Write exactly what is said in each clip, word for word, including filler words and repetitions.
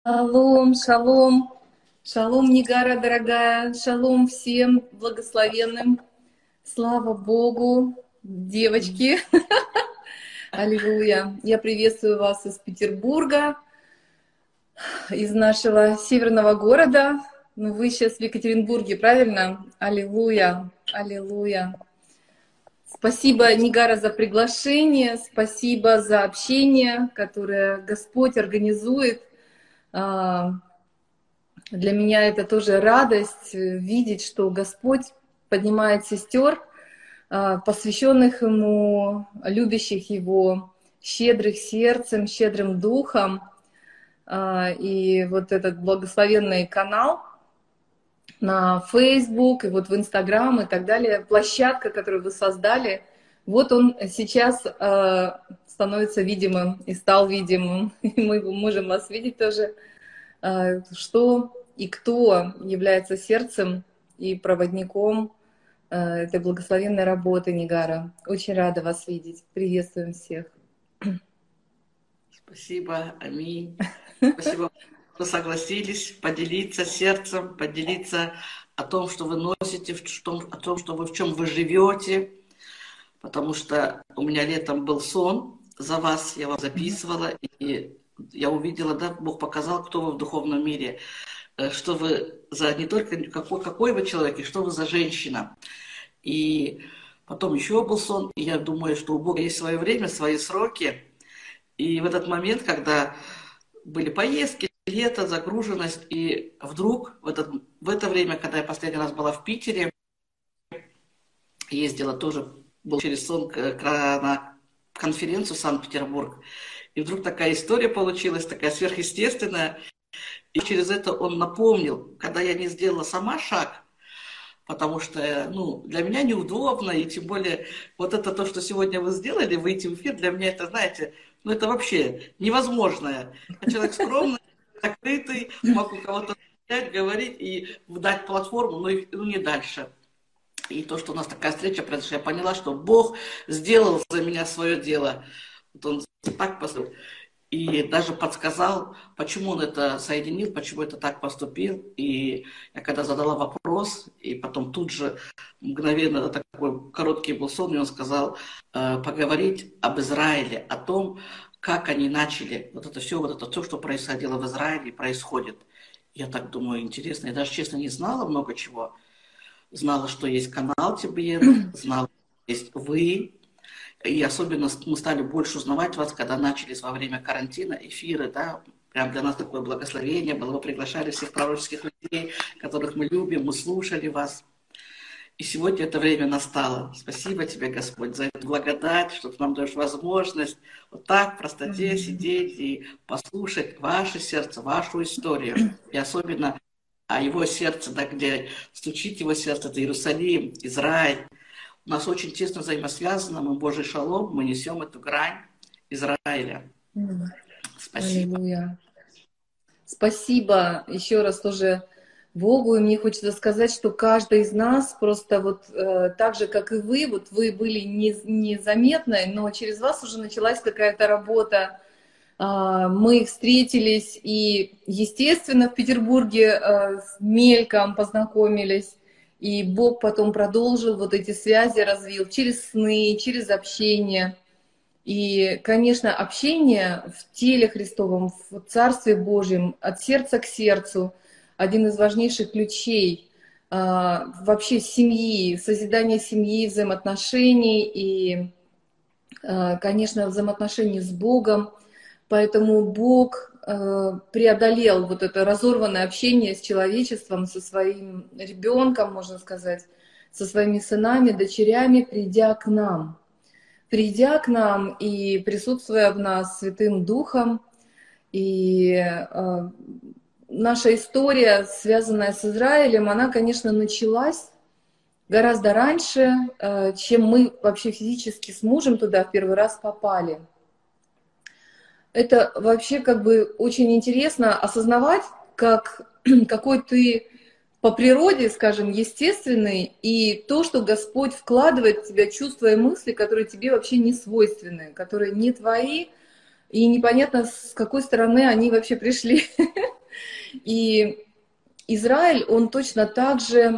Шалом, шалом, шалом, Нигара, дорогая, шалом всем благословенным. Слава Богу, девочки. Аллилуйя. Я приветствую вас из Петербурга, из нашего северного города. Ну, вы сейчас в Екатеринбурге, правильно? Аллилуйя, аллилуйя. Спасибо, Нигара, за приглашение, спасибо за общение, которое Господь организует. Для меня это тоже радость видеть, что Господь поднимает сестер, посвященных Ему, любящих Его, щедрых сердцем, щедрым духом. И вот этот благословенный канал на Facebook, и вот в Instagram и так далее, площадка, которую вы создали, вот он сейчас становится видимым и стал видимым. И мы можем вас видеть тоже, что и кто является сердцем и проводником этой благословенной работы, Нигара. Очень рада вас видеть. Приветствуем всех. Спасибо, аминь. Спасибо, что согласились поделиться сердцем, поделиться о том, что вы носите, о том, что вы, в чем вы живете. Потому что у меня летом был сон за вас, я вам записывала, и я увидела, да, Бог показал, кто вы в духовном мире, что вы за не только какой, какой вы человек, и что вы за женщина. И потом еще был сон, и я думаю, что у Бога есть свое время, свои сроки. И в этот момент, когда были поездки, лето, загруженность, и вдруг в, этот, в это время, когда я последний раз была в Питере, ездила тоже, был через сон на конференцию в Санкт-Петербург, и вдруг такая история получилась, такая сверхъестественная. И через это он напомнил, когда я не сделала сама шаг, потому что ну, для меня неудобно, и тем более вот это то, что сегодня вы сделали, выйти в эфир, для меня это, знаете, ну это вообще невозможное. Я человек скромный, закрытый, могу кого-то взять, говорить и дать платформу, но и, ну, не дальше. И то, что у нас такая встреча произошла, я поняла, что Бог сделал за меня свое дело. Вот он так поступил. И даже подсказал, почему он это соединил, почему это так поступил. И я когда задала вопрос, и потом тут же мгновенно такой короткий был сон, и он сказал э, поговорить об Израиле, о том, как они начали, вот это все, вот это то, что происходило в Израиле, происходит. Я так думаю, интересно. Я даже, честно, не знала много чего. Знала, что есть канал Тибиенов, знала, что есть вы. И особенно мы стали больше узнавать вас, когда начались во время карантина эфиры, да, прям для нас такое благословение было, вы приглашали всех пророческих людей, которых мы любим, мы слушали вас. И сегодня это время настало. Спасибо тебе, Господь, за эту благодать, что ты нам даешь возможность вот так в простоте сидеть и послушать ваше сердце, вашу историю. И особенно о его сердце, да, где стучит его сердце, это Иерусалим, Израиль. У нас очень тесно взаимосвязано, мы Божий шалом, мы несем эту грань Израиля. Спасибо. Аллилуйя. Спасибо еще раз тоже Богу, и мне хочется сказать, что каждый из нас просто вот э, так же, как и вы, вот вы были не, незаметны, но через вас уже началась какая-то работа. Э, мы встретились и, естественно, в Петербурге э, мельком познакомились. И Бог потом продолжил вот эти связи, развил через сны, через общение. И, конечно, общение в теле Христовом, в Царстве Божьем, от сердца к сердцу, один из важнейших ключей а, вообще семьи, созидания семьи, взаимоотношений и, а, конечно, взаимоотношений с Богом. Поэтому Бог преодолел вот это разорванное общение с человечеством, со своим ребенком, можно сказать, со своими сынами, дочерями, придя к нам. Придя к нам и присутствуя в нас Святым Духом. И э, наша история, связанная с Израилем, она, конечно, началась гораздо раньше, э, чем мы вообще физически с мужем туда в первый раз попали. Это вообще как бы очень интересно осознавать, как, какой ты по природе, скажем, естественный, и то, что Господь вкладывает в тебя чувства и мысли, которые тебе вообще не свойственны, которые не твои, и непонятно, с какой стороны они вообще пришли. И Израиль, он точно так же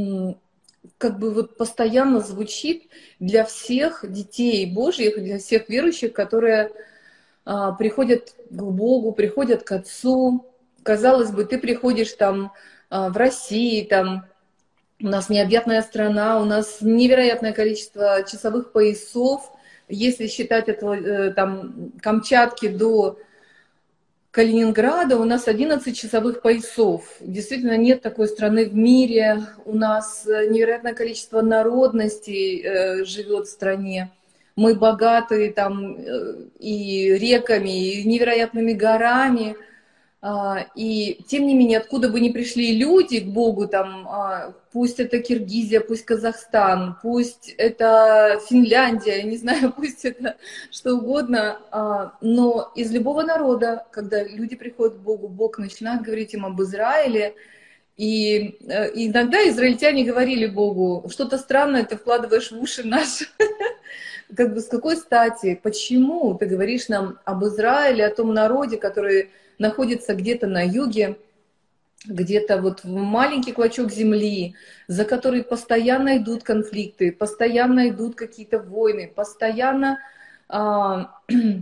как бы вот постоянно звучит для всех детей Божьих, для всех верующих, которые а, приходят к Богу, приходят к Отцу. Казалось бы, ты приходишь там а, в России, там у нас необъятная страна, у нас невероятное количество часовых поясов. Если считать это э, там Камчатки до Калининграда, у нас одиннадцать часовых поясов. Действительно, нет такой страны в мире. У нас невероятное количество народностей э, живет в стране. Мы богаты там э, и реками, и невероятными горами. А, и тем не менее, откуда бы ни пришли люди к Богу, там, а, пусть это Киргизия, пусть Казахстан, пусть это Финляндия, я не знаю, пусть это что угодно, а, но из любого народа, когда люди приходят к Богу, Бог начинает говорить им об Израиле. И э, иногда израильтяне говорили Богу: что-то странное ты вкладываешь в уши наши. Как бы с какой стати, почему ты говоришь нам об Израиле, о том народе, который находится где-то на юге, где-то вот в маленький клочок земли, за который постоянно идут конфликты, постоянно идут какие-то войны, постоянно, а,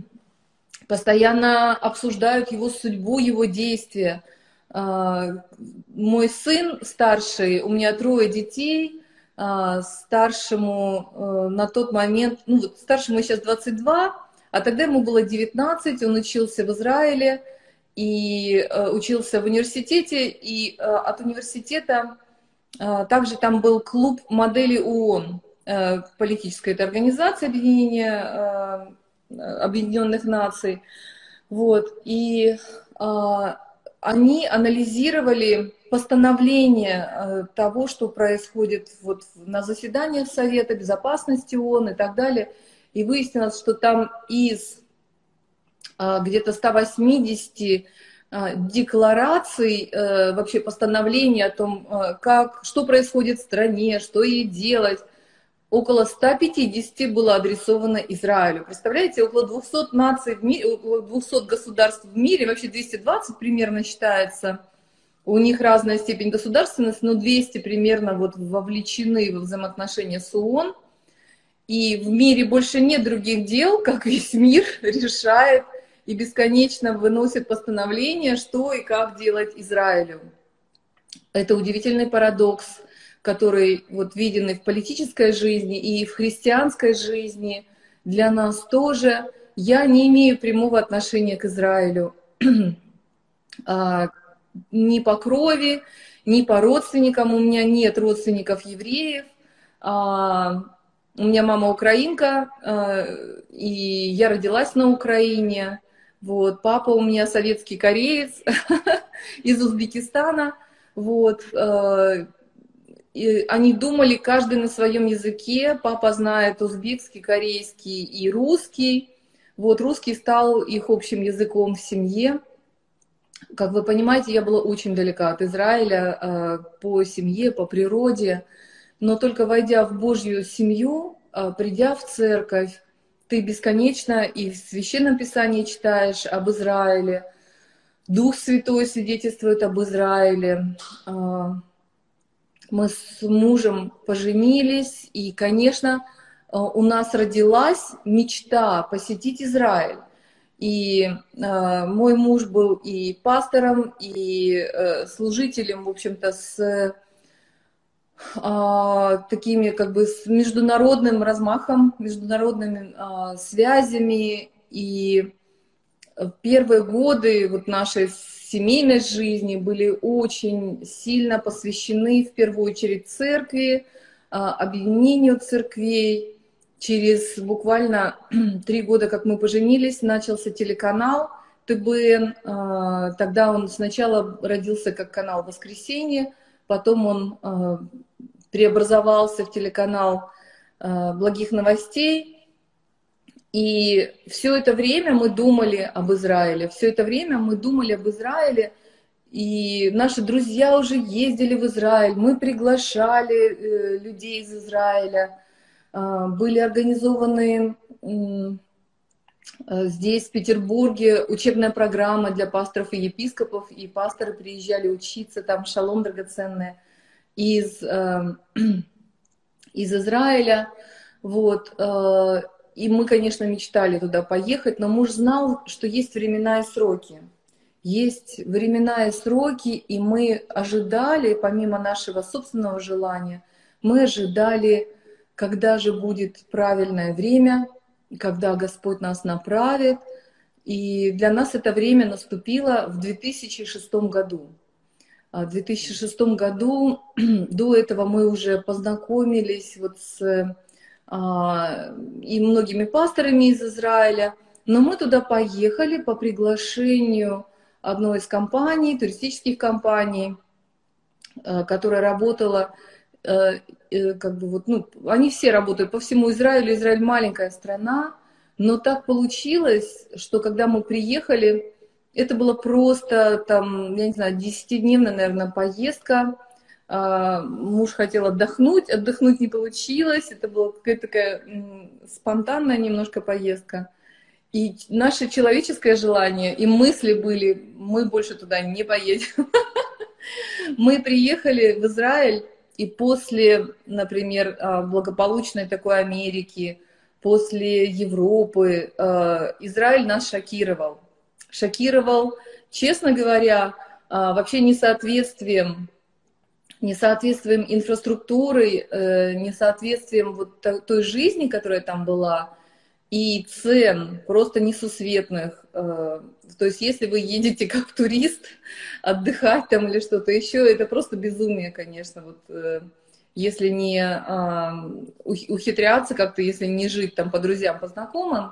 постоянно обсуждают его судьбу, его действия. А, мой сын старший, у меня трое детей, а, старшему а, на тот момент, ну вот старшему сейчас двадцать два, а тогда ему было девятнадцать, он учился в Израиле, и э, учился в университете, и э, от университета э, также там был клуб модели ООН, э, политическая это организация Объединения э, Объединенных Наций. Вот. И э, они анализировали постановление э, того, что происходит вот на заседаниях Совета Безопасности ООН и так далее. И выяснилось, что там из где-то ста восьмидесяти деклараций, вообще постановлений о том, как, что происходит в стране, что ей делать, около ста пятидесяти было адресовано Израилю. Представляете, около двухсот наций в мире, около двухсот государств в мире, вообще двести двадцать примерно считается, у них разная степень государственности, но двести примерно вот вовлечены во взаимоотношения с ООН. И в мире больше нет других дел, как весь мир решает и бесконечно выносит постановления, что и как делать Израилю. Это удивительный парадокс, который вот виден и в политической жизни, и в христианской жизни. Для нас тоже. Я не имею прямого отношения к Израилю ни по крови, ни по родственникам. У меня нет родственников евреев. У меня мама украинка, и я родилась на Украине. Вот. Папа у меня советский кореец из Узбекистана. Вот. И они думали каждый на своем языке. Папа знает узбекский, корейский и русский. Вот. Русский стал их общим языком в семье. Как вы понимаете, я была очень далека от Израиля по семье, по природе. Но только войдя в Божью семью, придя в церковь, ты бесконечно и в Священном Писании читаешь об Израиле. Дух Святой свидетельствует об Израиле. Мы с мужем поженились, и, конечно, у нас родилась мечта посетить Израиль. И мой муж был и пастором, и служителем, в общем-то, с такими как бы с международным размахом, международными а, связями. И первые годы вот нашей семейной жизни были очень сильно посвящены в первую очередь церкви, а, объединению церквей. Через буквально три года, как мы поженились, начался телеканал ТБН. А, тогда он сначала родился как канал «Воскресенье», потом он э, преобразовался в телеканал э, «Благих новостей». И все это время мы думали об Израиле. Все это время мы думали об Израиле. И наши друзья уже ездили в Израиль. Мы приглашали э, людей из Израиля. Э, были организованы э, Здесь, в Петербурге, учебная программа для пасторов и епископов, и пасторы приезжали учиться, там шалом драгоценный из, э, из Израиля. Вот. Э, и мы, конечно, мечтали туда поехать, но муж знал, что есть времена и сроки. Есть времена и сроки, и мы ожидали, помимо нашего собственного желания, мы ожидали, когда же будет правильное время, когда Господь нас направит. И для нас это время наступило в две тысячи шестом году. В две тысячи шестом году, до этого мы уже познакомились вот с а, и многими пасторами из Израиля, но мы туда поехали по приглашению одной из компаний, туристических компаний, которая работала, как бы вот, ну, они все работают по всему Израилю, Израиль маленькая страна, но так получилось, что когда мы приехали, это было просто, там, я не знаю, десятидневная, наверное, поездка. Муж хотел отдохнуть, отдохнуть не получилось, это была какая-то такая спонтанная немножко поездка. И наше человеческое желание и мысли были, мы больше туда не поедем. Мы приехали в Израиль, и после, например, благополучной такой Америки, после Европы, Израиль нас шокировал. Шокировал, честно говоря, вообще несоответствием, несоответствием инфраструктуры, несоответствием вот той жизни, которая там была, и цен просто несусветных. То есть если вы едете как турист отдыхать там или что-то еще, это просто безумие, конечно. Вот, если не ухитряться как-то, если не жить там по друзьям, по знакомым,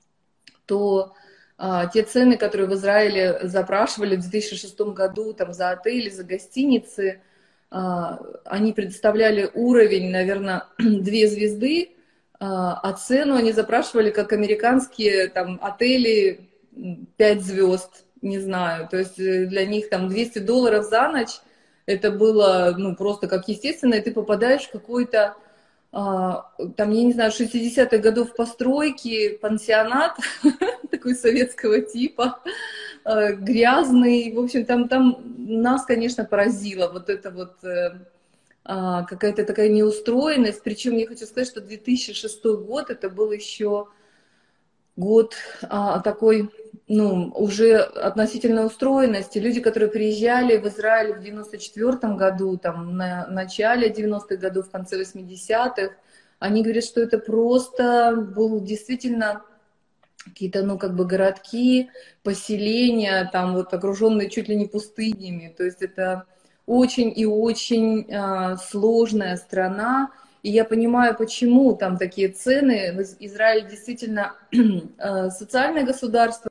то те цены, которые в Израиле запрашивали в две тысячи шестом году там, за отели, за гостиницы, они представляли уровень, наверное, две звезды, а цену они запрашивали как американские там, отели пять звезд, не знаю. То есть для них там двести долларов за ночь, это было ну, просто как естественно, и ты попадаешь в какой-то, там, я не знаю, шестидесятых годов постройки, пансионат, такой советского типа, грязный. В общем, там, там нас, конечно, поразило вот это вот какая-то такая неустроенность. Причем я хочу сказать, что две тысячи шестой год, это был еще год а, такой, ну, уже относительной устроенности. Люди, которые приезжали в Израиль в девяносто четвёртом году, там, на начале девяностых годов, в конце восьмидесятых, они говорят, что это просто был действительно какие-то, ну, как бы городки, поселения, там, вот, окруженные чуть ли не пустынями. То есть это очень и очень э, сложная страна, и я понимаю, почему там такие цены. Израиль действительно э, социальное государство.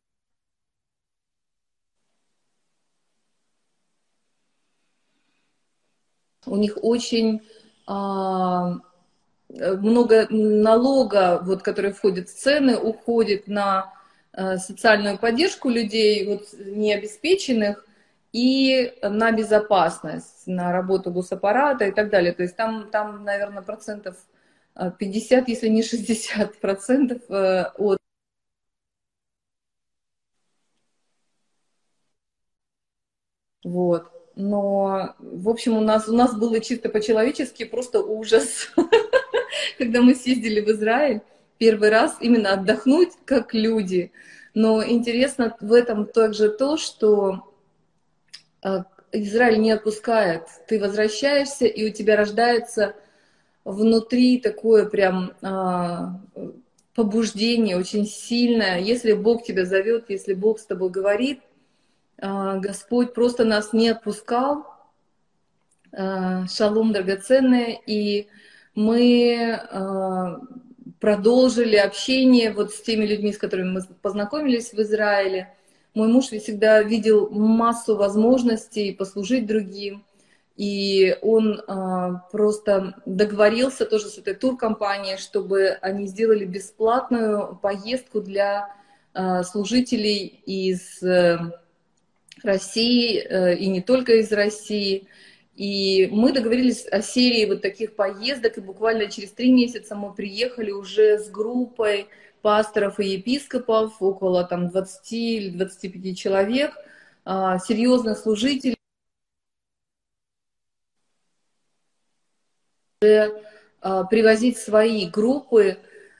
У них очень э, много налога, вот, которые входят в цены, уходит на э, социальную поддержку людей, вот, необеспеченных, и на безопасность, на работу госаппарата и так далее. То есть там, там наверное, процентов пятьдесят, если не шестьдесят процентов от... Вот. Но, в общем, у нас, у нас было чисто по-человечески просто ужас, когда мы съездили в Израиль первый раз именно отдохнуть как люди. Но интересно в этом также то, что Израиль не отпускает. Ты возвращаешься, и у тебя рождается внутри такое прям а, побуждение очень сильное. Если Бог тебя зовет, если Бог с тобой говорит, а, Господь просто нас не отпускал. А, шалом драгоценное. И мы а, продолжили общение вот с теми людьми, с которыми мы познакомились в Израиле. Мой муж всегда видел массу возможностей послужить другим, и он а, просто договорился тоже с этой туркомпанией, чтобы они сделали бесплатную поездку для а, служителей из а, России а, и не только из России. И мы договорились о серии вот таких поездок, и буквально через три месяца мы приехали уже с группой пасторов и епископов, около там двадцати или двадцати пяти человек, серьезных служителей, привозить свои группы.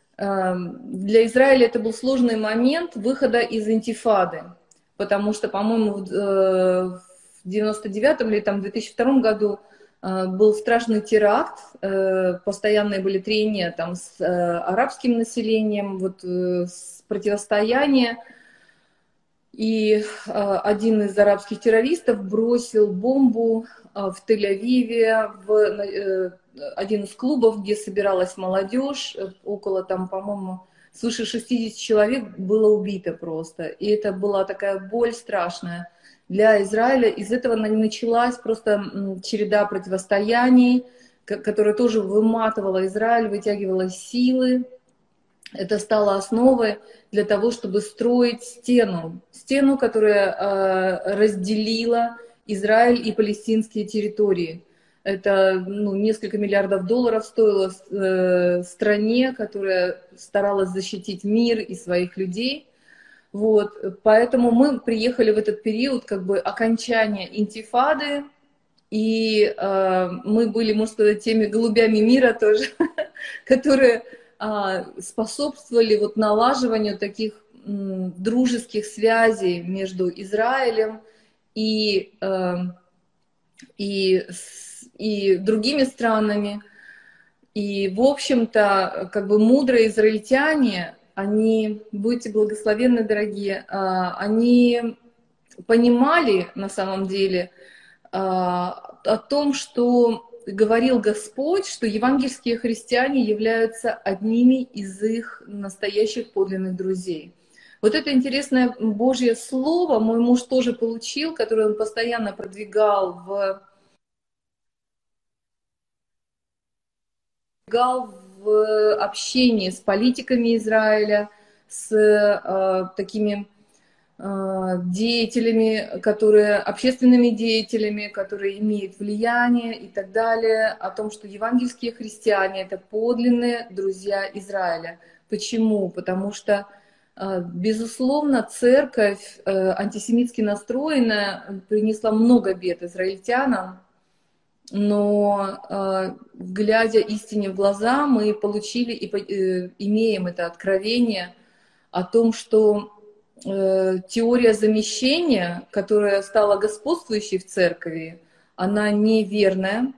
Для Израиля это был сложный момент выхода из интифады, потому что, по-моему, в девяносто девятом или там, в две тысячи втором году был страшный теракт, постоянные были трения там, с арабским населением, вот, с противостояние. И один из арабских террористов бросил бомбу в Тель-Авиве, в один из клубов, где собиралась молодежь, около там, по-моему, свыше шестидесяти человек было убито просто. И это была такая боль страшная для Израиля. Из этого началась просто череда противостояний, которая тоже выматывала Израиль, вытягивала силы. Это стало основой для того, чтобы строить стену. Стену, которая э, разделила Израиль и палестинские территории. Это ну, несколько миллиардов долларов стоило э, стране, которая старалась защитить мир и своих людей. Вот. Поэтому мы приехали в этот период как бы окончания интифады, и э, мы были, можно сказать, теми голубями мира тоже, которые способствовали вот налаживанию таких м, дружеских связей между Израилем и, э, и, и другими странами. И, в общем-то, как бы мудрые израильтяне, они, будьте благословенны, дорогие, э, они понимали на самом деле э, о том, что говорил Господь, что евангельские христиане являются одними из их настоящих подлинных друзей. Вот это интересное Божье слово мой муж тоже получил, которое он постоянно продвигал в, продвигал в общении с политиками Израиля, с э, такими деятелями, которые, общественными деятелями, которые имеют влияние и так далее, о том, что евангельские христиане — это подлинные друзья Израиля. Почему? Потому что, безусловно, церковь антисемитски настроенная принесла много бед израильтянам, но, глядя истине в глаза, мы получили и имеем это откровение о том, что теория замещения, которая стала господствующей в церкви, она неверная.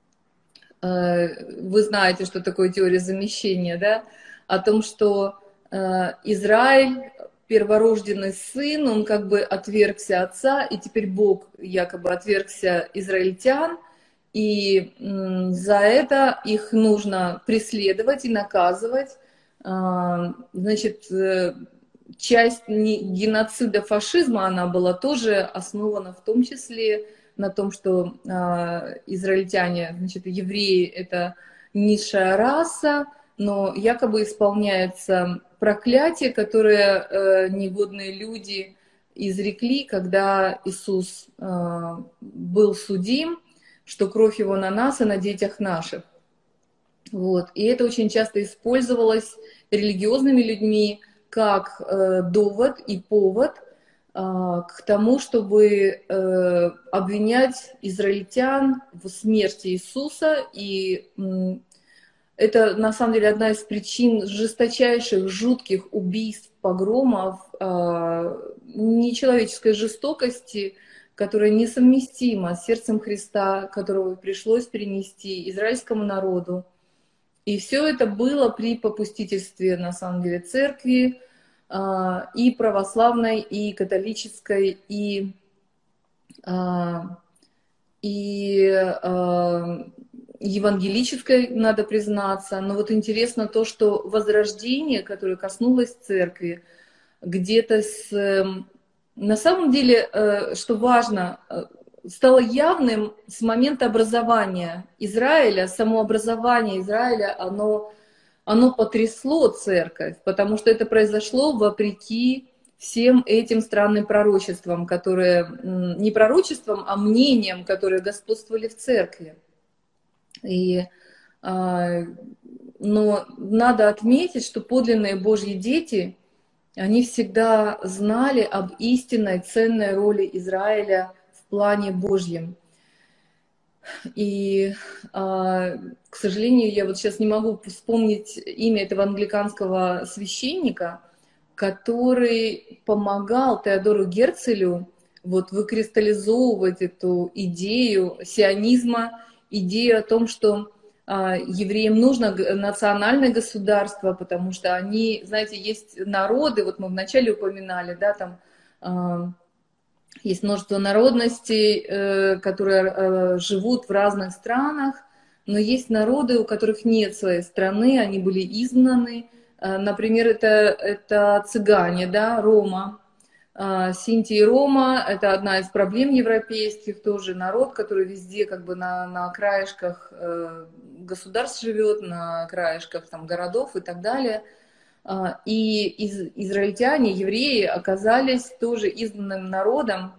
Вы знаете, что такое теория замещения, да? О том, что Израиль, перворожденный сын, он как бы отвергся отца, и теперь Бог якобы отвергся израильтян, и за это их нужно преследовать и наказывать. Значит, часть геноцида фашизма, она была тоже основана в том числе на том, что э, израильтяне, значит, евреи — это низшая раса, но якобы исполняется проклятие, которое э, негодные люди изрекли, когда Иисус э, был судим, что кровь его на нас и на детях наших. Вот. И это очень часто использовалось религиозными людьми как э, довод и повод э, к тому, чтобы э, обвинять израильтян в смерти Иисуса. И э, это, на самом деле, одна из причин жесточайших, жутких убийств, погромов, э, нечеловеческой жестокости, которая несовместима с сердцем Христа, которого пришлось перенести израильскому народу. И все это было при попустительстве, на самом деле, церкви, и православной, и католической, и, и евангелической, надо признаться. Но вот интересно то, что возрождение, которое коснулось церкви, где-то с... На самом деле, что важно, стало явным с момента образования Израиля, само образование Израиля, оно, оно потрясло церковь, потому что это произошло вопреки всем этим странным пророчествам, которые, не пророчествам, а мнениям, которые господствовали в церкви. И но надо отметить, что подлинные Божьи дети, они всегда знали об истинной ценной роли Израиля в плане Божьем. И, а, к сожалению, я вот сейчас не могу вспомнить имя этого англиканского священника, который помогал Теодору Герцелю вот выкристаллизовывать эту идею сионизма, идею о том, что а, евреям нужно национальное государство, потому что они, знаете, есть народы, вот мы вначале упоминали, да, там а, есть множество народностей, э, которые э, живут в разных странах, но есть народы, у которых нет своей страны, они были изгнаны. Э, Например, это, это цыгане, да, Рома. А, Синти и Рома — это одна из проблем европейских, тоже народ, который везде как бы на, на краешках э, государств живет, на краешках там, городов и так далее. А, И из, израильтяне, евреи оказались тоже изгнанным народом,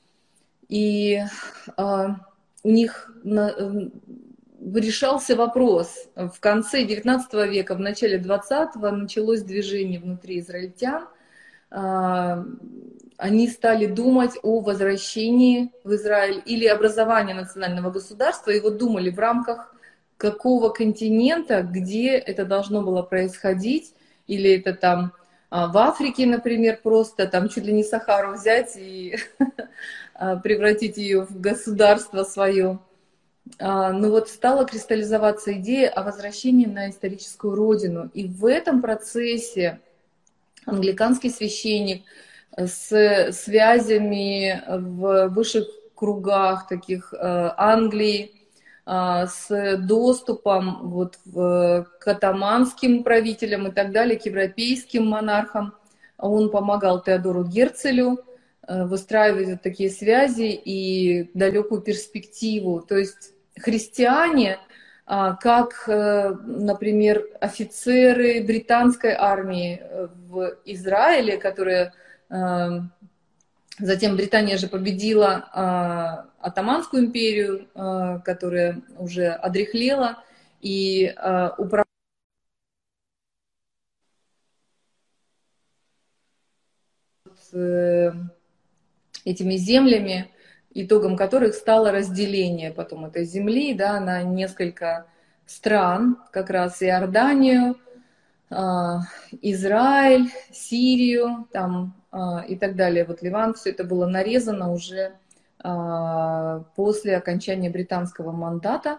и а, у них на, э, решался вопрос. В конце девятнадцатого века, в начале двадцатого началось движение внутри израильтян. А, Они стали думать о возвращении в Израиль или образовании национального государства. И вот думали, в рамках какого континента, где это должно было происходить, или это там а, в Африке, например, просто там чуть ли не Сахару взять и превратить ее в государство свое. Ну вот стала кристаллизоваться идея о возвращении на историческую родину. И в этом процессе англиканский священник с связями в высших кругах таких Англии, с доступом вот к атаманским правителям и так далее, к европейским монархам, он помогал Теодору Герцелю выстраивать вот такие связи и далекую перспективу. То есть христиане, как, например, офицеры британской армии в Израиле, которые затем Британия же победила Отtomанскую империю, которая уже одряхлела и управляла этими землями, итогом которых стало разделение потом этой земли, да, на несколько стран, как раз Иорданию, Израиль, Сирию, там, и так далее. Вот Ливан, все это было нарезано уже после окончания британского мандата.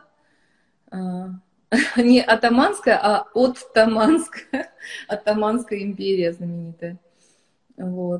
Не Оттоманская, а Оттоманская, Оттоманская империя знаменитая. Вот.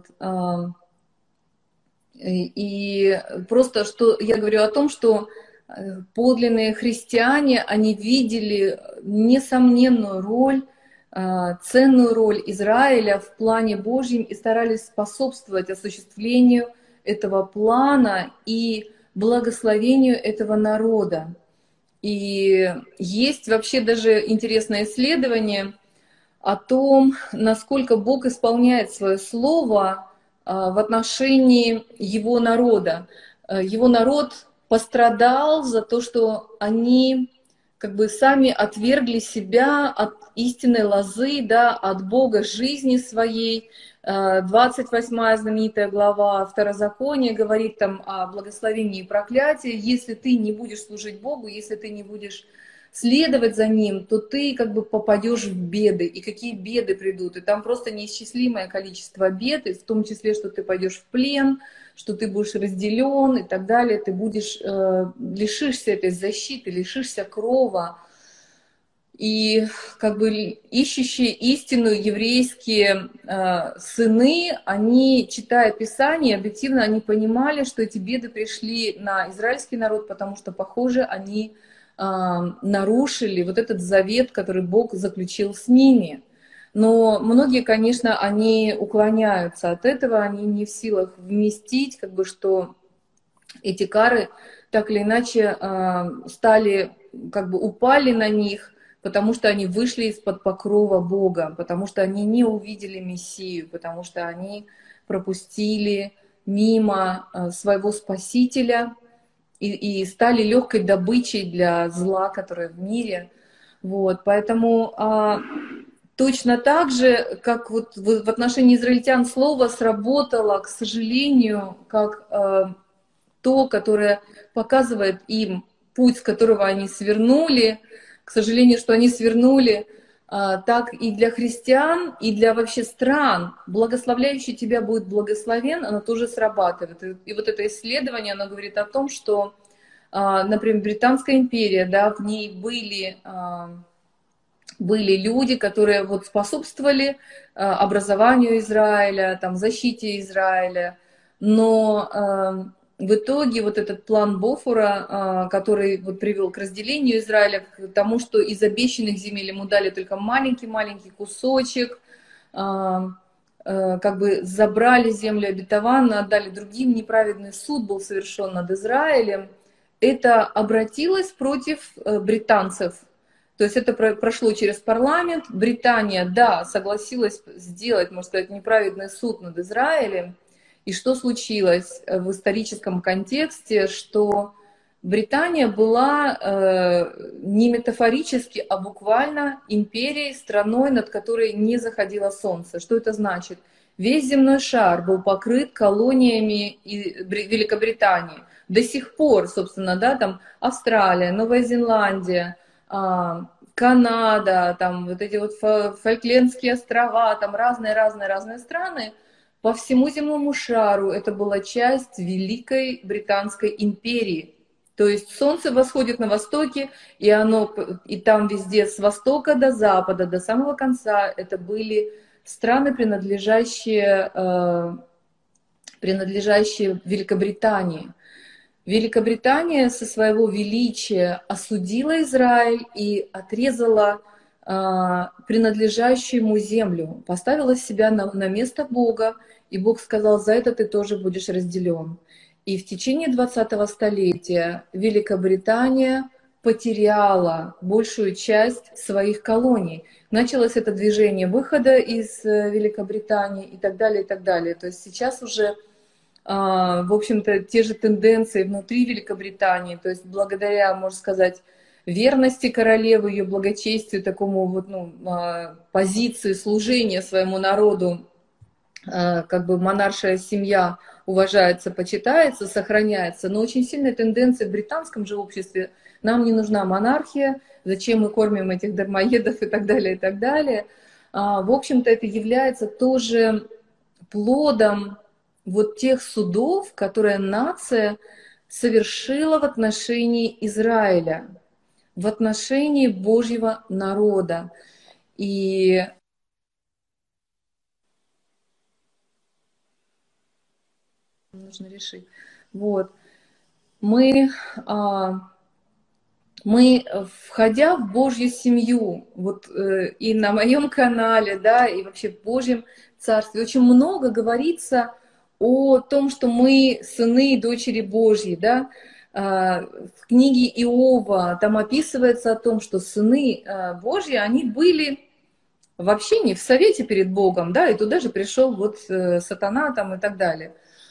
И просто что я говорю о том, что подлинные христиане, они видели несомненную роль, ценную роль Израиля в плане Божьем и старались способствовать осуществлению этого плана и благословению этого народа. И есть вообще даже интересное исследование о том, насколько Бог исполняет свое слово в отношении его народа. Его народ пострадал за то, что они как бы сами отвергли себя от истинной лозы, да, от Бога жизни своей. двадцать восьмая знаменитая глава Второзакония говорит там о благословении и проклятии. Если ты не будешь служить Богу, если ты не будешь следовать за Ним, то ты как бы попадешь в беды. И какие беды придут? И там просто неисчислимое количество бед, и в том числе, что ты пойдешь в плен, что ты будешь разделен и так далее. Ты будешь, э, лишишься этой защиты, лишишься крова. И как бы ищущие истину еврейские э, сыны, они, читая Писание, объективно они понимали, что эти беды пришли на израильский народ, потому что, похоже, они нарушили вот этот завет, который Бог заключил с ними. Но многие, конечно, они уклоняются от этого, они не в силах вместить, как бы, что эти кары так или иначе стали, как бы упали на них, потому что они вышли из-под покрова Бога, потому что они не увидели Мессию, потому что они пропустили мимо своего Спасителя, И, и стали легкой добычей для зла, которое в мире. Вот, поэтому а, точно так же, как вот в, в отношении израильтян слово сработало, к сожалению, как а, то, которое показывает им путь, с которого они свернули, к сожалению, что они свернули, а, так и для христиан, и для вообще стран. Благословляющий тебя будет благословен, оно тоже срабатывает. И, и вот это исследование, оно говорит о том, что, а, например, Британская империя, да, в ней были, а, были люди, которые вот способствовали а, образованию Израиля, там, защите Израиля, но а, в итоге вот этот план Бофора, который вот привел к разделению Израиля, к тому, что из обещанных земель ему дали только маленький-маленький кусочек, как бы забрали землю обетованную, отдали другим, неправедный суд был совершен над Израилем, это обратилось против британцев. То есть это прошло через парламент. Британия, да, согласилась сделать, можно сказать, неправедный суд над Израилем. И что случилось в историческом контексте, что Британия была э, не метафорически, а буквально империей, страной, над которой не заходило солнце. Что это значит? Весь земной шар был покрыт колониями Великобритании. До сих пор, собственно, да, там Австралия, Новая Зеландия, э, Канада, там вот эти вот Фольклендские острова, там разные-разные-разные страны. По всему земному шару это была часть Великой Британской империи. То есть солнце восходит на востоке, и, оно, и там везде с востока до запада, до самого конца, это были страны, принадлежащие, э, принадлежащие Великобритании. Великобритания со своего величия осудила Израиль и отрезала э, принадлежащую ему землю, поставила себя на, на место Бога, и Бог сказал: за это ты тоже будешь разделен. И в течение двадцатого столетия Великобритания потеряла большую часть своих колоний. Началось это движение выхода из Великобритании и так далее, и так далее. То есть сейчас уже, в общем-то, те же тенденции внутри Великобритании, то есть благодаря, можно сказать, верности королевы, ее благочестию, такому вот, ну, позиции служения своему народу, как бы монаршая семья уважается, почитается, сохраняется, но очень сильная тенденция в британском же обществе: нам не нужна монархия, зачем мы кормим этих дармоедов и так далее, и так далее. В общем-то, это является тоже плодом вот тех судов, которые нация совершила в отношении Израиля, в отношении Божьего народа. И нужно решить. Вот. Мы, мы, входя в Божью семью, вот и на моем канале, да, и вообще в Божьем Царстве, очень много говорится о том, что мы сыны и дочери Божьи, да. В книге Иова там описывается о том, что сыны Божьи, они были вообще не в совете перед Богом, да, и туда же пришел вот сатана там и так далее.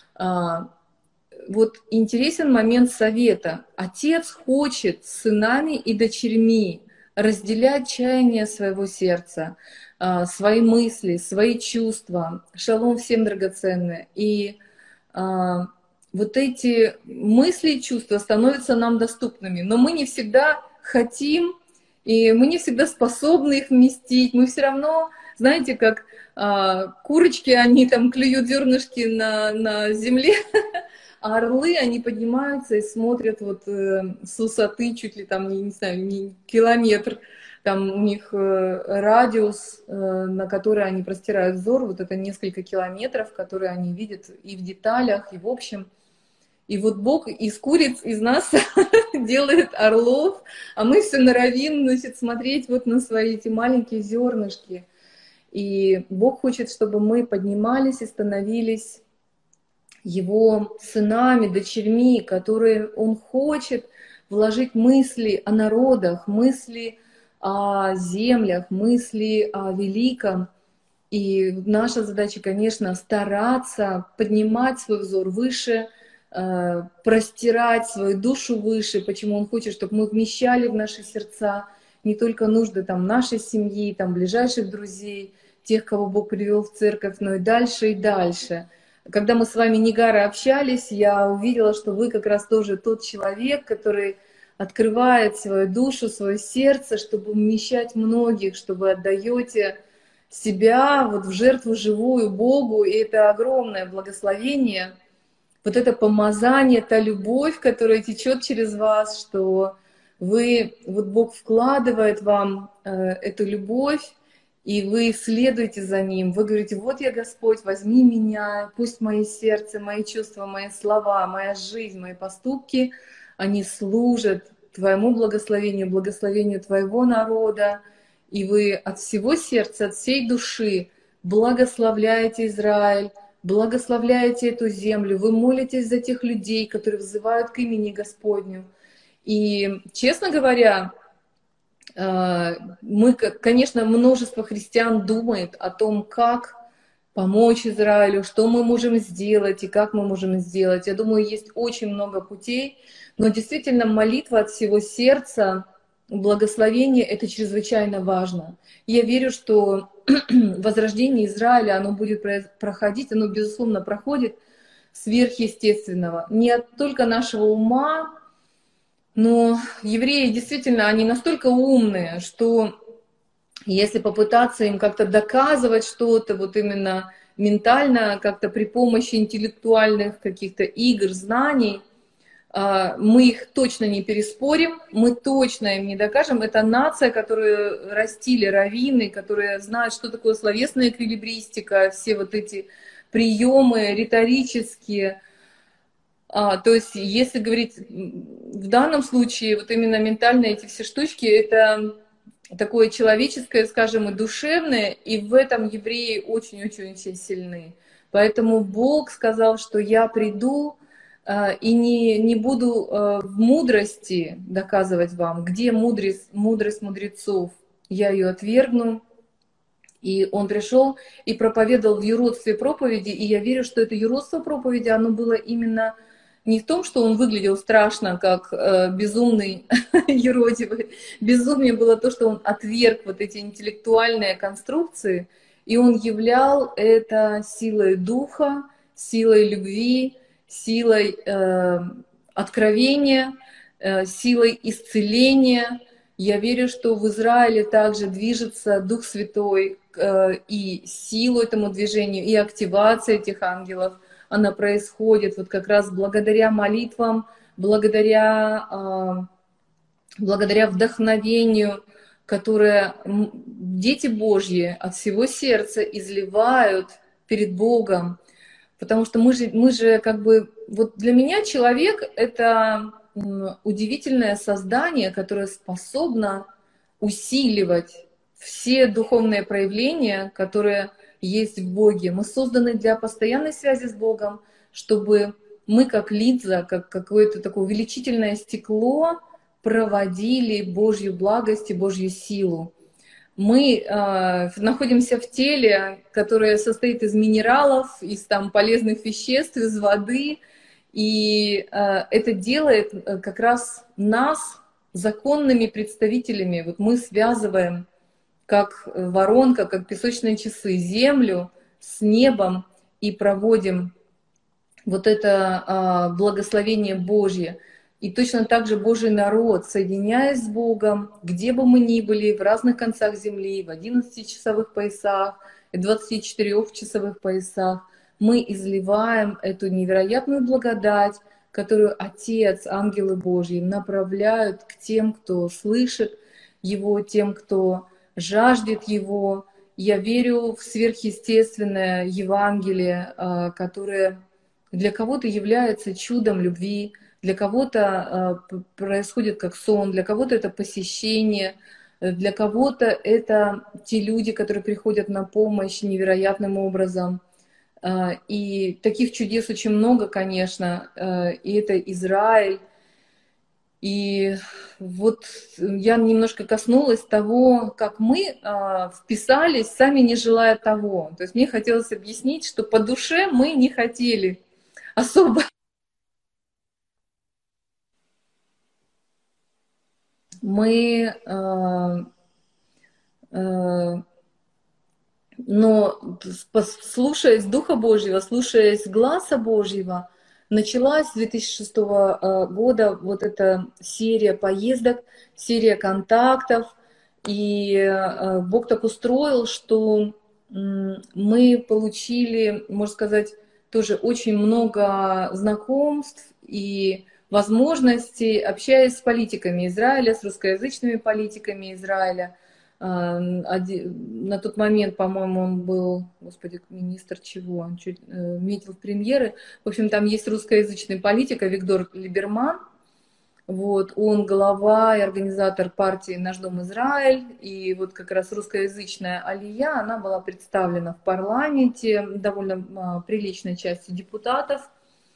Вот интересен момент совета. Отец хочет с сынами и дочерьми разделять чаяния своего сердца, свои мысли, свои чувства. Шалом всем драгоценное. И вот эти мысли и чувства становятся нам доступными, но мы не всегда хотим, и мы не всегда способны их вместить. Мы все равно, знаете, как а, курочки, они там клюют зернышки на, на земле, а орлы, они поднимаются и смотрят вот э, с высоты чуть ли там, не, не знаю, не километр. Там у них э, радиус, э, на который они простирают взор, вот это несколько километров, которые они видят и в деталях, и в общем. И вот Бог из куриц, из нас делает орлов, а мы все норовим, значит, смотреть вот на свои эти маленькие зернышки. И Бог хочет, чтобы мы поднимались и становились Его сынами, дочерьми, которые Он хочет вложить мысли о народах, мысли о землях, мысли о великом. И наша задача, конечно, стараться поднимать свой взор выше, простирать свою душу выше. Почему Он хочет, чтобы мы вмещали в наши сердца не только нужды там нашей семьи, там ближайших друзей, тех, кого Бог привел в церковь, но и дальше, и дальше. Когда мы с вами, Нигара, общались, я увидела, что вы как раз тоже тот человек, который открывает свою душу, свое сердце, чтобы вмещать многих, чтобы отдаете себя вот в жертву живую Богу, и это огромное благословение, вот это помазание, та любовь, которая течет через вас, что вы, вот Бог вкладывает вам э, эту любовь, и вы следуете за Ним. Вы говорите: вот я, Господь, возьми меня, пусть мое сердце, мои чувства, мои слова, моя жизнь, мои поступки, они служат Твоему благословению, благословению Твоего народа, и вы от всего сердца, от всей души благословляете Израиль, благословляете эту землю, вы молитесь за тех людей, которые взывают к имени Господню. И, честно говоря, мы, конечно, множество христиан думает о том, как помочь Израилю, что мы можем сделать и как мы можем сделать. Я думаю, есть очень много путей, но действительно молитва от всего сердца, благословение — это чрезвычайно важно. Я верю, что возрождение Израиля, оно будет проходить, оно, безусловно, проходит сверхъестественного. Не от только нашего ума, но евреи действительно, они настолько умные, что если попытаться им как-то доказывать что-то, вот именно ментально, как-то при помощи интеллектуальных каких-то игр, знаний, мы их точно не переспорим, мы точно им не докажем. Это нация, которую растили раввины, которые знают, что такое словесная эквилибристика, все вот эти приемы риторические. А, то есть, если говорить в данном случае, вот именно ментальные эти все штучки, это такое человеческое, скажем, и душевное, и в этом евреи очень-очень-очень сильны. Поэтому Бог сказал, что я приду и не, не буду в мудрости доказывать вам, где мудрость, мудрость мудрецов, я ее отвергну. И он пришел и проповедовал в юродстве проповеди, и я верю, что это юродство проповеди, оно было именно не в том, что он выглядел страшно, как э, безумный юродивый. Безумие было то, что он отверг вот эти интеллектуальные конструкции, и он являл это силой духа, силой любви, силой э, откровения, э, силой исцеления. Я верю, что в Израиле также движется Дух Святой, э, и силу этому движению, и активация этих ангелов, она происходит вот как раз благодаря молитвам, благодаря, э, благодаря вдохновению, которое дети Божьи от всего сердца изливают перед Богом. Потому что мы же, мы же как бы... Вот для меня человек — это удивительное создание, которое способно усиливать все духовные проявления, которые есть в Боге. Мы созданы для постоянной связи с Богом, чтобы мы как линза, как какое-то такое увеличительное стекло проводили Божью благость и Божью силу. Мы э, находимся в теле, которое состоит из минералов, из там, полезных веществ, из воды, и э, это делает э, как раз нас законными представителями. Вот мы связываем, как воронка, как песочные часы, землю с небом и проводим вот это э, благословение Божье. И точно так же Божий народ, соединяясь с Богом, где бы мы ни были, в разных концах земли, в одиннадцатичасовых поясах, и двадцатичетырёхчасовых поясах, мы изливаем эту невероятную благодать, которую Отец, ангелы Божьи направляют к тем, кто слышит Его, тем, кто жаждет Его. Я верю в сверхъестественное Евангелие, которое для кого-то является чудом любви, для кого-то э, происходит как сон, для кого-то это посещение, для кого-то это те люди, которые приходят на помощь невероятным образом. Э, и таких чудес очень много, конечно, э, и это Израиль. И вот я немножко коснулась того, как мы э, вписались, сами не желая того. То есть мне хотелось объяснить, что по душе мы не хотели особо мы, э, э, но слушаясь Духа Божьего, слушаясь гласа Божьего, началась с две тысячи шестого года вот эта серия поездок, серия контактов, и Бог так устроил, что мы получили, можно сказать, тоже очень много знакомств и возможностей, общаясь с политиками Израиля, с русскоязычными политиками Израиля. На тот момент, по-моему, он был, господи, министр чего, он чуть метил в премьеры. В общем, там есть русскоязычный политик Авигдор Либерман. Вот, он глава и организатор партии «Наш дом Израиль». И вот как раз русскоязычная алия, она была представлена в парламенте довольно приличной частью депутатов.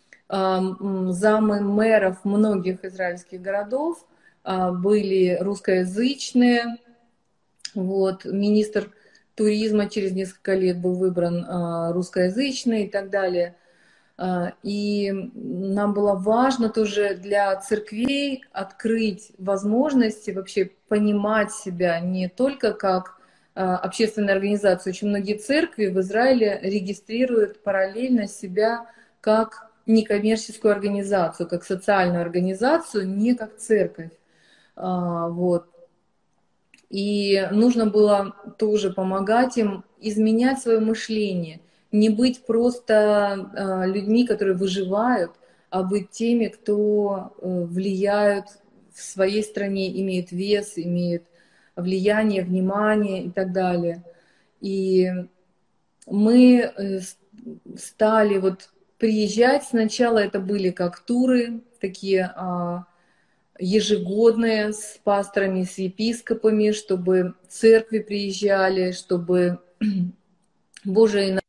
Замы мэров многих израильских городов были русскоязычные. Вот, министр туризма через несколько лет был выбран а, русскоязычный и так далее. А, и нам было важно тоже для церквей открыть возможности вообще понимать себя не только как а, общественная организация. Очень многие церкви в Израиле регистрируют параллельно себя как некоммерческую организацию, как социальную организацию, не как церковь. А, вот. И нужно было тоже помогать им изменять свое мышление, не быть просто людьми, которые выживают, а быть теми, кто влияют в своей стране, имеет вес, имеет влияние, внимание и так далее. И мы стали вот приезжать. Сначала это были как туры, такие ежегодные, с пасторами, с епископами, чтобы церкви приезжали, чтобы Божие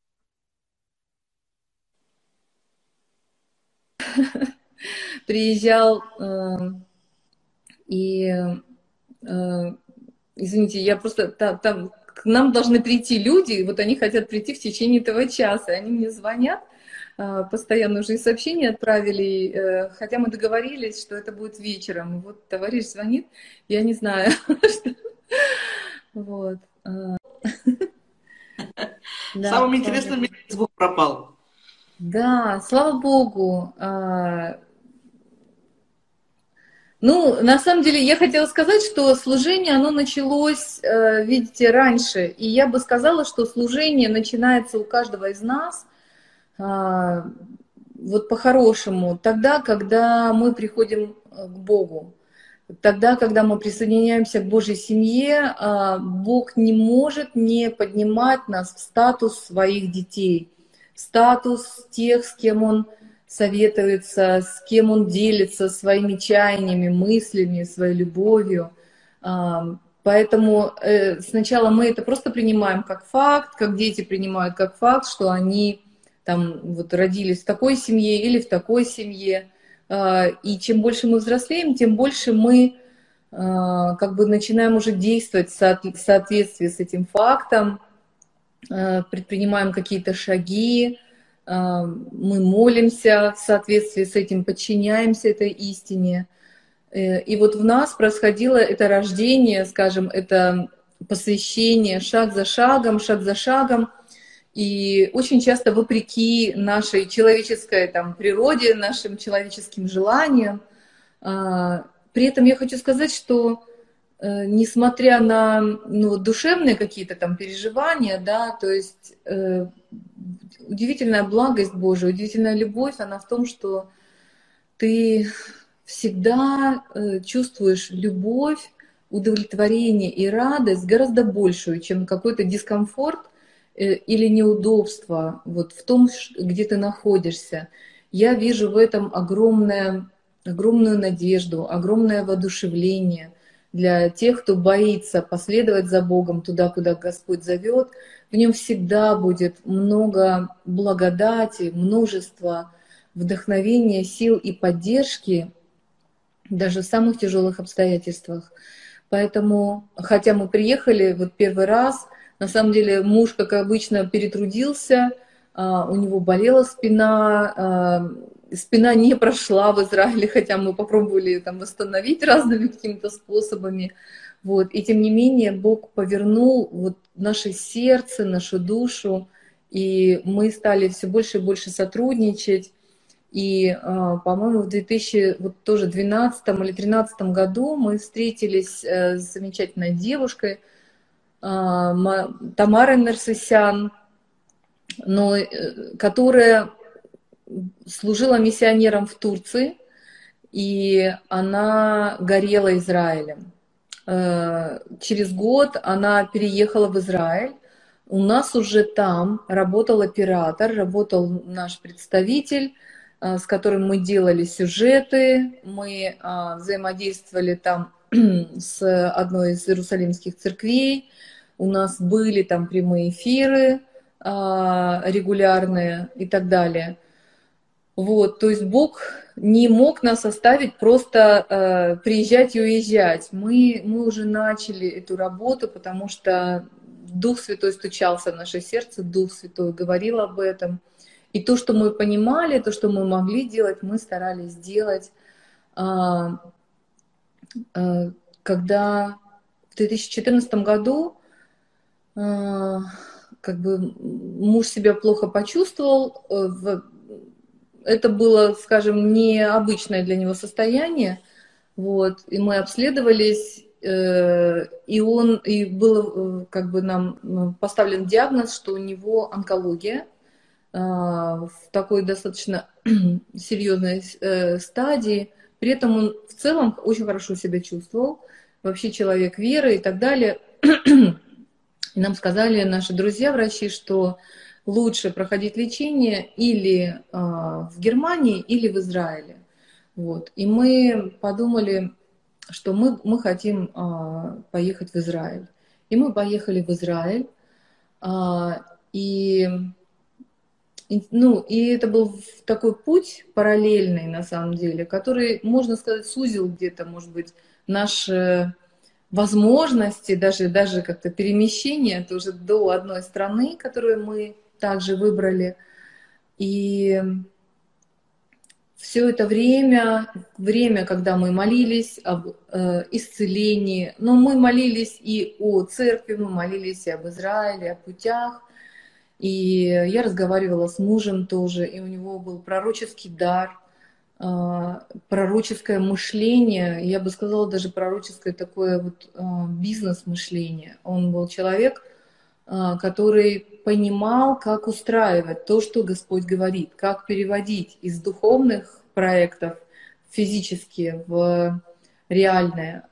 приезжал. И, извините, я просто, там к нам должны прийти люди, вот они хотят прийти в течение этого часа, они мне звонят, постоянно уже и сообщения отправили, хотя мы договорились, что это будет вечером. Вот товарищ звонит, я не знаю. Вот. Самым интересным звук пропал. Да, слава Богу. Ну, на самом деле, я хотела сказать, что служение, оно началось, видите, раньше. И я бы сказала, что служение начинается у каждого из нас, вот по-хорошему, тогда, когда мы приходим к Богу, тогда, когда мы присоединяемся к Божьей семье, Бог не может не поднимать нас в статус своих детей, в статус тех, с кем Он советуется, с кем Он делится своими чаяниями, мыслями, своей любовью. Поэтому сначала мы это просто принимаем как факт, как дети принимают как факт, что они там вот родились в такой семье или в такой семье. И чем больше мы взрослеем, тем больше мы как бы начинаем уже действовать в соответствии с этим фактом, предпринимаем какие-то шаги, мы молимся в соответствии с этим, подчиняемся этой истине. И вот в нас происходило это рождение, скажем, это посвящение шаг за шагом, шаг за шагом. И очень часто вопреки нашей человеческой там, природе, нашим человеческим желаниям. При этом я хочу сказать, что несмотря на ну, душевные какие-то там переживания, да, то есть э, удивительная благость Божия, удивительная любовь, она в том, что ты всегда э, чувствуешь любовь, удовлетворение и радость гораздо большую, чем какой-то дискомфорт э, или неудобство вот в том, где ты находишься. Я вижу в этом огромное, огромную надежду, огромное воодушевление для тех, кто боится последовать за Богом туда, куда Господь зовет. В нем всегда будет много благодати, множество вдохновения, сил и поддержки, даже в самых тяжелых обстоятельствах. Поэтому, хотя мы приехали вот первый раз, на самом деле муж, как обычно, перетрудился, у него болела спина, спина не прошла в Израиле, хотя мы попробовали там восстановить разными какими-то способами. Вот. И тем не менее Бог повернул вот наше сердце, нашу душу, и мы стали все больше и больше сотрудничать. И, а, по-моему, в две тысячи вот тоже двенадцатом или тринадцатом году мы встретились э, с замечательной девушкой, а, Ма- Тамарой Нарсисян, но, э, которая служила миссионером в Турции, и она горела Израилем. Э, Через год она переехала в Израиль. У нас уже там работал оператор, работал наш представитель, э, с которым мы делали сюжеты, мы а, взаимодействовали там с одной из иерусалимских церквей, у нас были там прямые эфиры а, регулярные и так далее. Вот, то есть Бог не мог нас оставить просто э, приезжать и уезжать. Мы, мы уже начали эту работу, потому что Дух Святой стучался в наше сердце, Дух Святой говорил об этом. И то, что мы понимали, то, что мы могли делать, мы старались делать. А, а, когда в две тысячи четырнадцатом году а, как бы муж себя плохо почувствовал, э, в, это было, скажем, необычное для него состояние, вот, и мы обследовались, э, и он, и был, э, как бы нам поставлен диагноз, что у него онкология, э, в такой достаточно серьезной э, стадии, при этом он в целом очень хорошо себя чувствовал, вообще человек веры и так далее. И нам сказали наши друзья-врачи, что лучше проходить лечение или а, в Германии, или в Израиле. Вот. И мы подумали, что мы, мы хотим а, поехать в Израиль. И мы поехали в Израиль. А, и, и, ну, и это был такой путь параллельный, на самом деле, который, можно сказать, сузил где-то, может быть, наш возможности, даже, даже как-то перемещения тоже до одной страны, которую мы также выбрали. И все это время, время, когда мы молились об э, исцелении, но мы молились и о церкви, мы молились и об Израиле, о путях. И я разговаривала с мужем тоже, и у него был пророческий дар, пророческое мышление, я бы сказала, даже пророческое такое вот бизнес-мышление. Он был человек, который понимал, как устраивать то, что Господь говорит, как переводить из духовных проектов физические в реальное.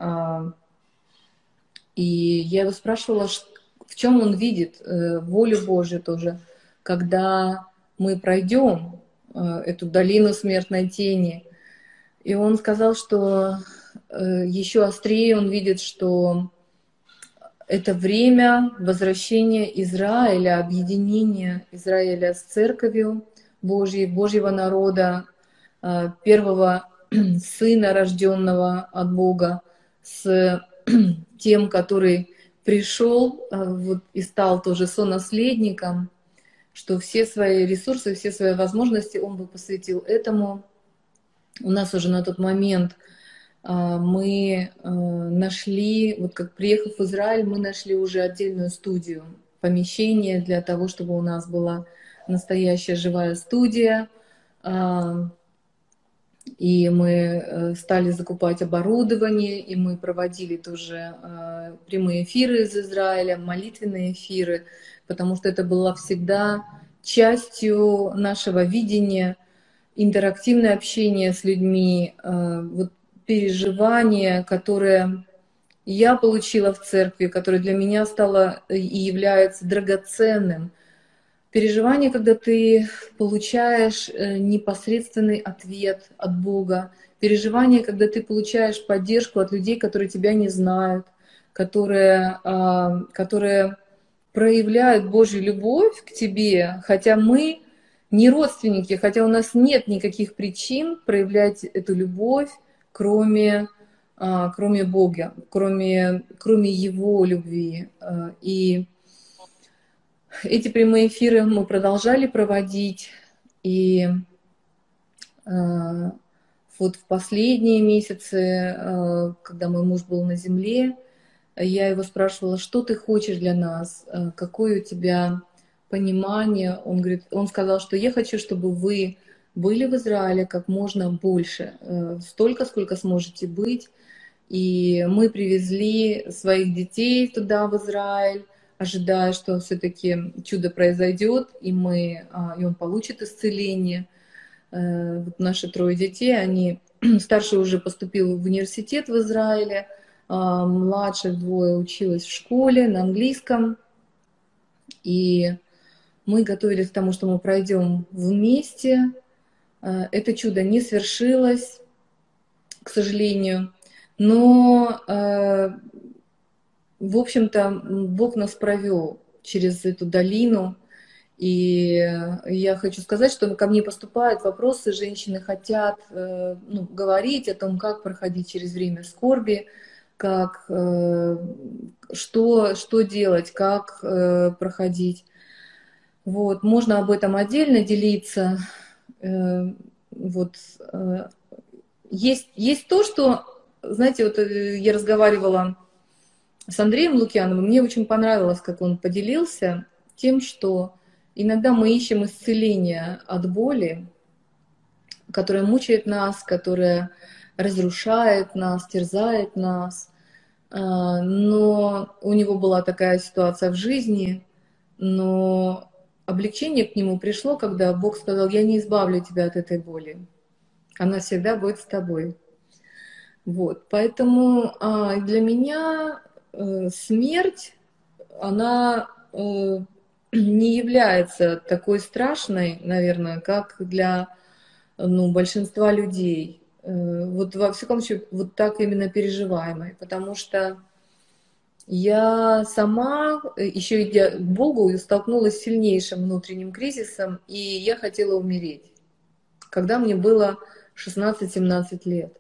И я его спрашивала, в чем он видит волю Божью тоже, когда мы пройдем эту долину смертной тени. И он сказал, что еще острее он видит, что это время возвращения Израиля, объединения Израиля с церковью Божьей, Божьего народа, первого сына, рожденного от Бога, с тем, который пришел вот, и стал тоже сонаследником, что все свои ресурсы, все свои возможности он бы посвятил этому. У нас уже на тот момент мы нашли, вот как приехав в Израиль, мы нашли уже отдельную студию, помещение для того, чтобы у нас была настоящая живая студия. И мы стали закупать оборудование, и мы проводили тоже прямые эфиры из Израиля, молитвенные эфиры, потому что это было всегда частью нашего видения, интерактивное общение с людьми, вот переживание, которое я получила в церкви, которое для меня стало и является драгоценным. Переживание, когда ты получаешь непосредственный ответ от Бога. Переживание, когда ты получаешь поддержку от людей, которые тебя не знают, которые, которые проявляют Божью любовь к тебе, хотя мы не родственники, хотя у нас нет никаких причин проявлять эту любовь, кроме, кроме Бога, кроме, кроме Его любви. И эти прямые эфиры мы продолжали проводить, и А, Вот в последние месяцы, а, когда мой муж был на земле, я его спрашивала, что ты хочешь для нас, А, какое у тебя понимание. Он говорит, он сказал, что я хочу, чтобы вы были в Израиле как можно больше, э, столько, сколько сможете быть. И мы привезли своих детей туда, в Израиль, ожидая, что все-таки чудо произойдет, и, мы, а, и он получит исцеление. Э, Вот наши трое детей, они, старший уже поступил в университет в Израиле, а младших двое училась в школе на английском. И мы готовились к тому, что мы пройдем вместе. Э, Это чудо не свершилось, к сожалению. Но э, в общем-то, Бог нас провел через эту долину. И я хочу сказать, что ко мне поступают вопросы, женщины хотят э, ну, говорить о том, как проходить через время скорби, как, э, что, что делать, как э, проходить. Вот, можно об этом отдельно делиться. Э, вот, э, есть, есть то, что, знаете, вот э, я разговаривала с Андреем Лукьяновым, мне очень понравилось, как он поделился тем, что иногда мы ищем исцеление от боли, которая мучает нас, которая разрушает нас, терзает нас. А, Но у него была такая ситуация в жизни, но облегчение к нему пришло, когда Бог сказал, я не избавлю тебя от этой боли, она всегда будет с тобой. Вот, поэтому а, для меня э, смерть, она э, не является такой страшной, наверное, как для ну, большинства людей. Э, вот во всяком случае, вот так именно переживаемой, потому что я сама, э, еще идя к Богу, столкнулась с сильнейшим внутренним кризисом, и я хотела умереть, когда мне было шестнадцать-семнадцать лет.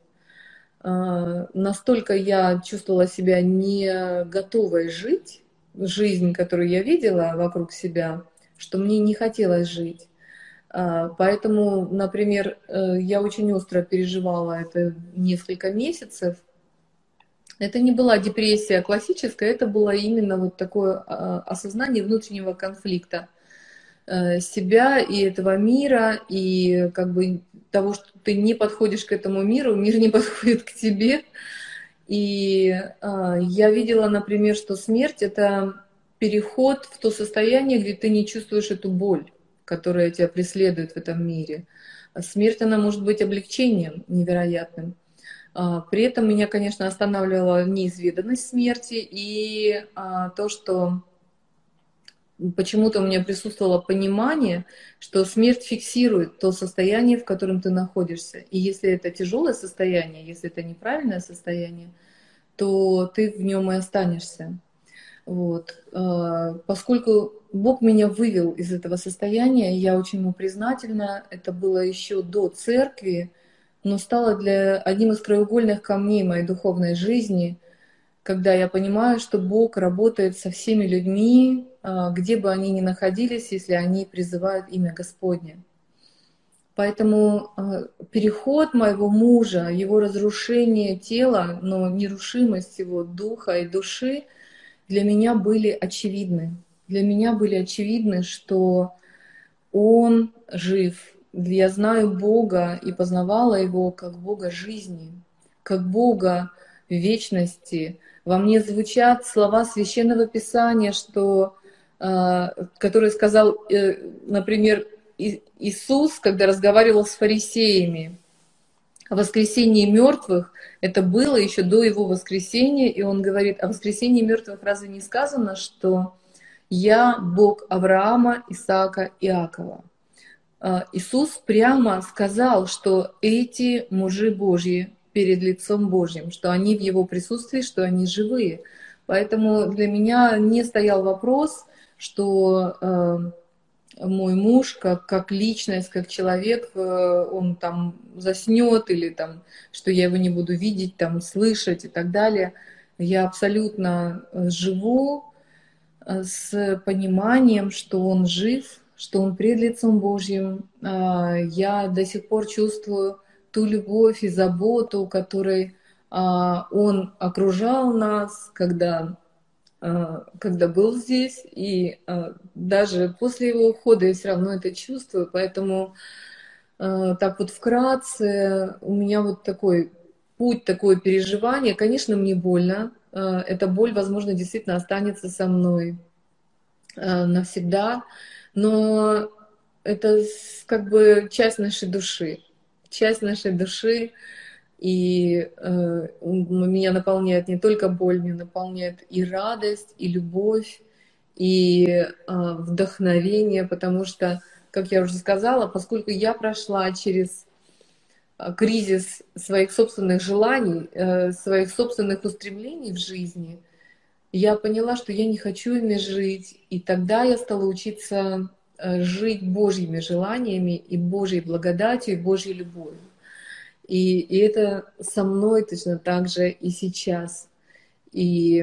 А, Настолько я чувствовала себя не готовой жить, жизнь, которую я видела вокруг себя, что мне не хотелось жить. А, Поэтому, например, э, я очень остро переживала это несколько месяцев. Это не была депрессия классическая, это было именно вот такое а, осознание внутреннего конфликта э, себя и этого мира, и как бы того, что ты не подходишь к этому миру, мир не подходит к тебе. И а, я видела, например, что смерть — это переход в то состояние, где ты не чувствуешь эту боль, которая тебя преследует в этом мире. А смерть, она может быть облегчением невероятным. А, При этом меня, конечно, останавливала неизведанность смерти и а, то, что почему-то у меня присутствовало понимание, что смерть фиксирует то состояние, в котором ты находишься. И если это тяжелое состояние, если это неправильное состояние, то ты в нем и останешься. Вот. А, Поскольку Бог меня вывел из этого состояния, я очень ему признательна. Это было еще до церкви, но стало для одним из краеугольных камней моей духовной жизни, когда я понимаю, что Бог работает со всеми людьми, а, где бы они ни находились, если они призывают имя Господне. Поэтому а, переход моего мужа, его разрушение тела, но нерушимость его духа и души для меня были очевидны. Для меня были очевидны, что он жив. Я знаю Бога и познавала Его как Бога жизни, как Бога вечности. Во мне звучат слова Священного Писания, что, э, который сказал, э, например, И- Иисус, когда разговаривал с фарисеями о воскресении мертвых. Это было еще до Его воскресения, и Он говорит, о воскресении мертвых разве не сказано, что «Я Бог Авраама, Исаака, Иакова». А, Иисус прямо сказал, что эти мужи Божьи перед лицом Божьим, что они в Его присутствии, что они живые. Поэтому для меня не стоял вопрос, что э, мой муж как, как личность, как человек, э, он там заснет или там, что я его не буду видеть, там, слышать и так далее. Я абсолютно э, живу э, с пониманием, что он жив, что Он пред лицом Божьим. Я до сих пор чувствую ту любовь и заботу, которой Он окружал нас, когда, когда был здесь. И даже после Его ухода я все равно это чувствую. Поэтому так вот вкратце у меня вот такой путь, такое переживание. Конечно, мне больно. Эта боль, возможно, действительно останется со мной навсегда, но это как бы часть нашей души, часть нашей души, и э, меня наполняет не только боль, меня наполняет и радость, и любовь, и э, вдохновение, потому что, как я уже сказала, поскольку я прошла через кризис своих собственных желаний, э, своих собственных устремлений в жизни, я поняла, что я не хочу ими жить, и тогда я стала учиться жить Божьими желаниями и Божьей благодатью, и Божьей любовью. И, и это со мной точно так же и сейчас. И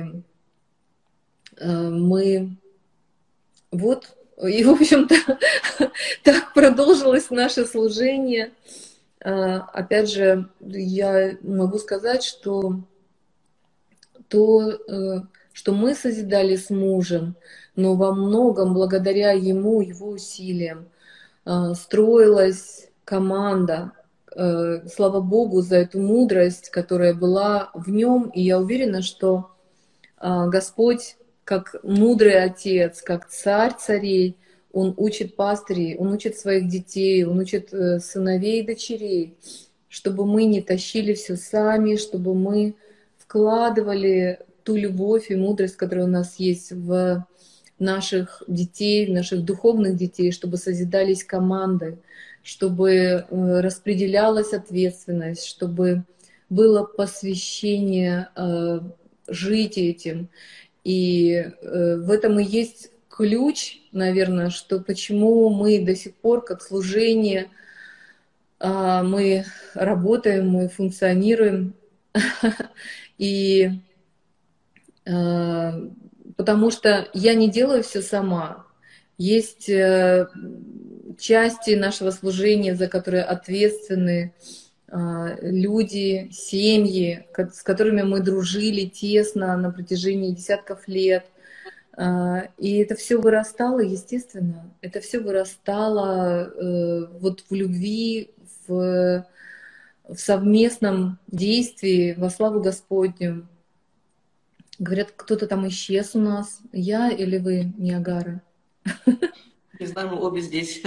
э, мы вот, и в общем-то так продолжилось наше служение. Э, опять же, я могу сказать, что то, э, что мы созидали с мужем, но во многом благодаря ему, его усилиям, строилась команда. Слава Богу за эту мудрость, которая была в нем. И я уверена, что Господь, как мудрый отец, как царь царей, Он учит пастырей, Он учит своих детей, Он учит сыновей и дочерей, чтобы мы не тащили все сами, чтобы мы вкладывали ту любовь и мудрость, которая у нас есть в наших детей, в наших духовных детей, чтобы созидались команды, чтобы распределялась ответственность, чтобы было посвящение жить этим. И в этом и есть ключ, наверное, что почему мы до сих пор, как служение, мы работаем, мы функционируем. И потому что я не делаю все сама. Есть части нашего служения, за которые ответственны люди, семьи, с которыми мы дружили тесно на протяжении десятков лет. И это все вырастало, естественно, это все вырастало вот в любви, в, в совместном действии во славу Господню. Говорят, кто-то там исчез у нас. Я или вы, Ниагара? Не знаю, мы обе здесь.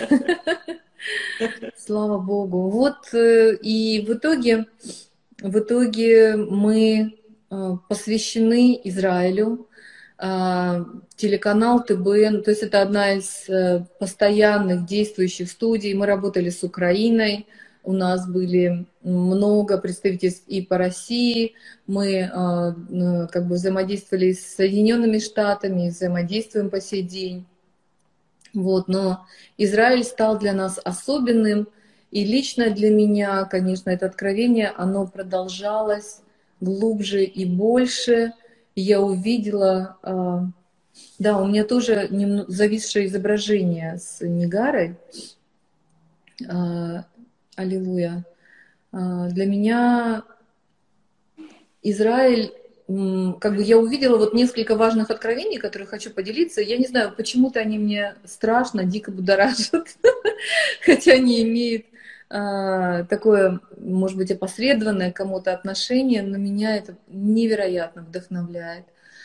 Слава Богу. Вот и в итоге, в итоге мы посвящены Израилю. Телеканал ТБН, то есть это одна из постоянных действующих студий. Мы работали с Украиной, у нас были много представительств и по России. Мы как бы взаимодействовали с Соединенными Штатами, взаимодействуем по сей день. Вот, но Израиль стал для нас особенным, и лично для меня, конечно, это откровение, оно продолжалось глубже и больше. Я увидела, да, у меня тоже зависшее изображение с Нигарой. Аллилуйя. Для меня Израиль, как бы я увидела вот несколько важных откровений, которые хочу поделиться. Я не знаю, почему-то они мне страшно, дико будоражат, хотя они имеют такое, может быть, опосредованное к кому-то отношение, но меня это невероятно вдохновляет.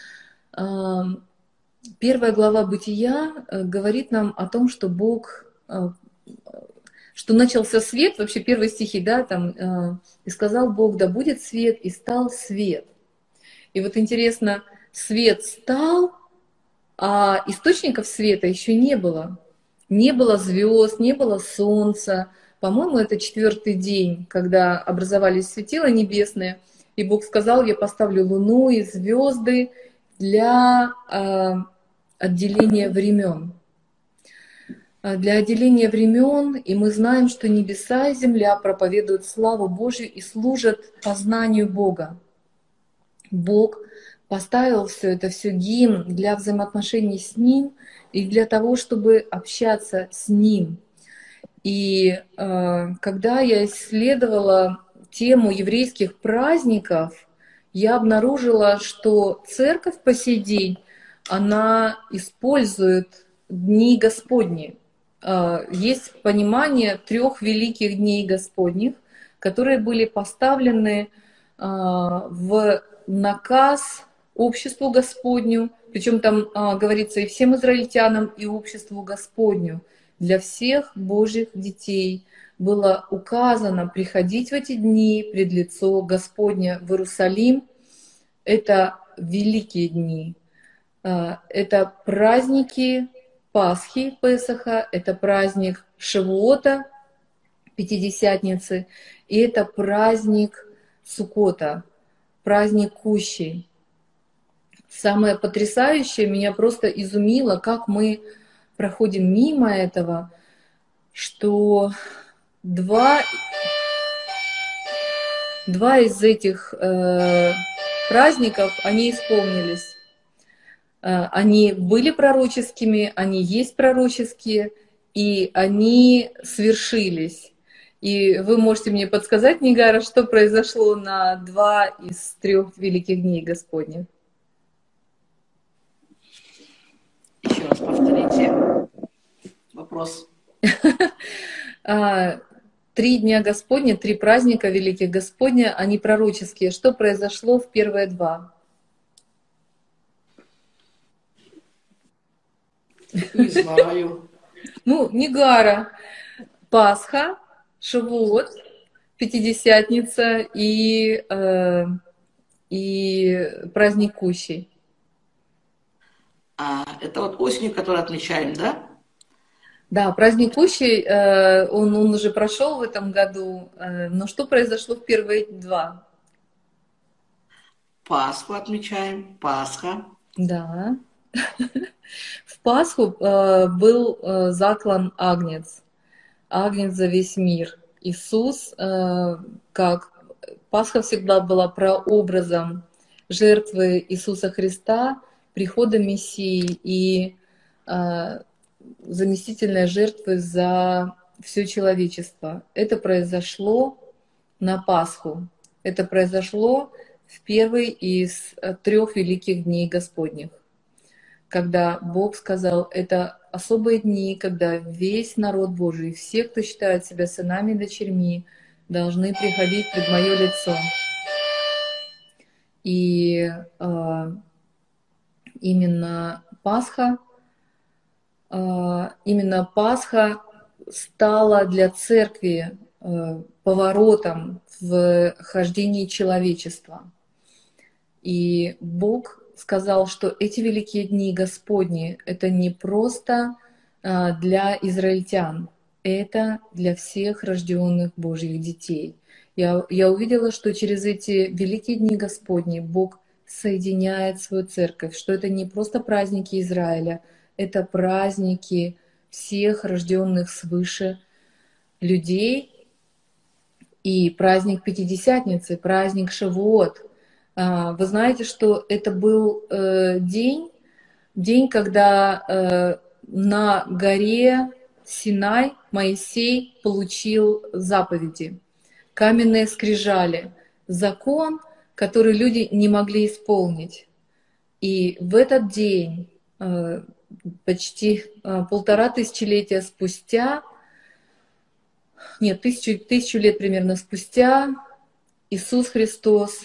Первая глава Бытия говорит нам о том, что Бог, что начался свет, вообще первые стихи, да, там, и сказал Бог, да будет свет, и стал свет. И вот интересно, свет стал, а источников света еще не было. Не было звезд, не было солнца. По-моему, это четвертый день, когда образовались светила небесные, и Бог сказал, я поставлю луну и звезды для э, отделения времен. Для отделения времен, и мы знаем, что небеса и земля проповедуют славу Божью и служат познанию Бога. Бог поставил все это, все гимн для взаимоотношений с Ним и для того, чтобы общаться с Ним. И э, когда я исследовала тему еврейских праздников, я обнаружила, что церковь по сей день, она использует дни Господни. Э, есть понимание трех великих дней Господних, которые были поставлены э, в наказ обществу Господню, причем там э, говорится и всем израильтянам, и обществу Господню. Для всех Божьих детей было указано приходить в эти дни пред лицо Господня в Иерусалим. Это великие дни. Это праздники Пасхи, Песаха, это праздник Шавуота, Пятидесятницы, и это праздник Суккота, праздник Кущи. Самое потрясающее, меня просто изумило, как мы проходим мимо этого, что два, два из этих э, праздников, они исполнились. Э, они были пророческими, они есть пророческие, и они свершились. И вы можете мне подсказать, Нигара, что произошло на два из трех великих дней Господних? Еще раз повторите вопрос. Три дня Господня, три праздника великих Господня, они пророческие. Что произошло в первые два? Не знаю. Ну, Нигара, Пасха, Шавуот, Пятидесятница и, э, и праздник Кущи. А, это вот осенью, которую отмечаем, да? Да, праздник Кущи, э, он, он уже прошел в этом году, э, но что произошло в первые два? Пасху отмечаем, Пасха. Да. В Пасху э, был э, заклан Агнец, Агнец за весь мир. Иисус, э, как Пасха всегда была прообразом жертвы Иисуса Христа, прихода Мессии и э, заместительной жертвы за все человечество. Это произошло на Пасху. Это произошло в первый из трех великих дней Господних, когда Бог сказал, это особые дни, когда весь народ Божий, все, кто считает себя сынами и дочерьми, должны приходить пред мое лицо. И э, именно Пасха, э, именно Пасха стала для церкви э, поворотом в хождении человечества. И Бог сказал, что эти великие дни Господни — это не просто э, для израильтян, это для всех рожденных Божьих детей. Я, я увидела, что через эти великие дни Господни Бог соединяет свою церковь, что это не просто праздники Израиля, это праздники всех рожденных свыше людей. И праздник Пятидесятницы, праздник Шавуот. Вы знаете, что это был день, день, когда на горе Синай Моисей получил заповеди, каменные скрижали, закон, который люди не могли исполнить. И в этот день, почти полтора тысячелетия спустя, нет, тысячу, тысячу лет примерно спустя, Иисус Христос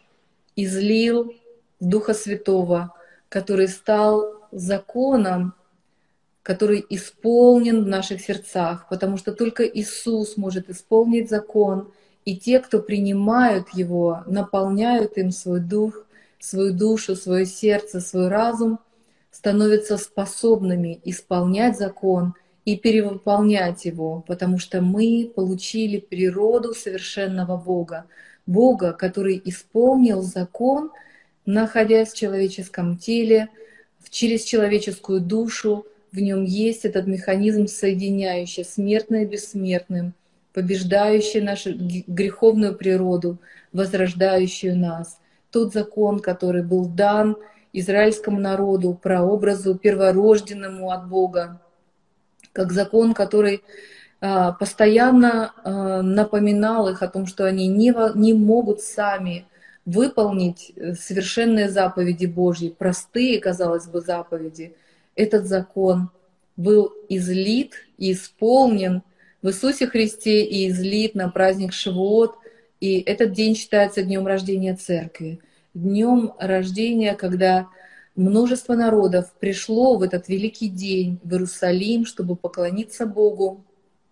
излил Духа Святого, который стал законом, который исполнен в наших сердцах, потому что только Иисус может исполнить закон, и те, кто принимают Его, наполняют им свой дух, свою душу, свое сердце, свой разум, становятся способными исполнять закон и перевыполнять его, потому что мы получили природу совершенного Бога, Бога, который исполнил закон, находясь в человеческом теле, через человеческую душу. В нем есть этот механизм, соединяющий смертное бессмертным, побеждающий нашу греховную природу, возрождающую нас. тот закон, который был дан израильскому народу, прообразу перворожденному от Бога, как закон, который а, постоянно а, напоминал их о том, что они не, во- не могут сами выполнить э, совершенные заповеди Божьи, простые, казалось бы, заповеди. Этот закон был излит и исполнен в Иисусе Христе и излит на праздник Шивот. И этот день считается днем рождения Церкви, днем рождения, когда множество народов пришло в этот великий день в Иерусалим, чтобы поклониться Богу,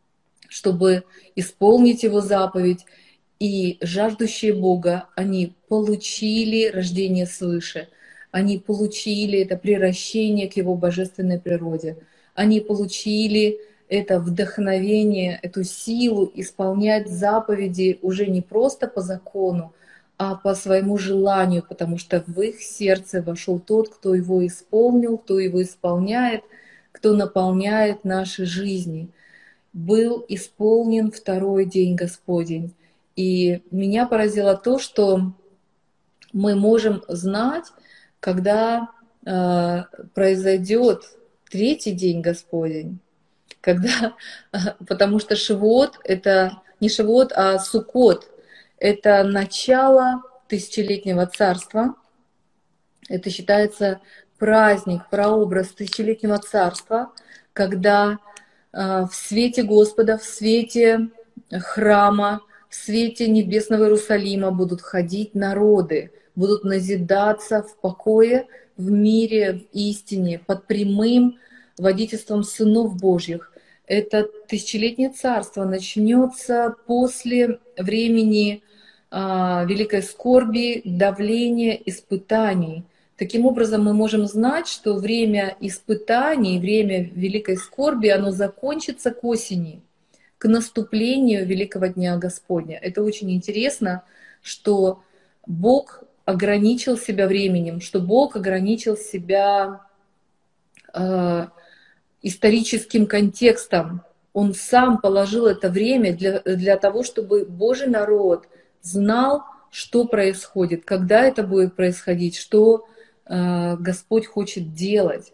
чтобы исполнить Его заповедь. И жаждущие Бога, они получили рождение свыше, они получили это приращение к Его божественной природе, они получили это вдохновение, эту силу исполнять заповеди уже не просто по закону, а по своему желанию, потому что в их сердце вошел тот, кто его исполнил, кто его исполняет, кто наполняет наши жизни. Был исполнен второй день Господень. И меня поразило то, что мы можем знать, когда э, произойдет третий день Господень, когда, потому что Шивот — это не Шивот, а Суккот — это начало тысячелетнего царства. Это считается праздник, прообраз тысячелетнего царства, когда э, в свете Господа, в свете храма, в свете небесного Иерусалима будут ходить народы, будут назидаться в покое, в мире, в истине, под прямым водительством сынов Божьих. Это тысячелетнее царство начнется после времени а, великой скорби, давления, испытаний. Таким образом, мы можем знать, что время испытаний, время великой скорби, оно закончится к осени, к наступлению Великого Дня Господня. Это очень интересно, что Бог ограничил себя временем, что Бог ограничил себя э, историческим контекстом. Он сам положил это время для, для того, чтобы Божий народ знал, что происходит, когда это будет происходить, что э, Господь хочет делать,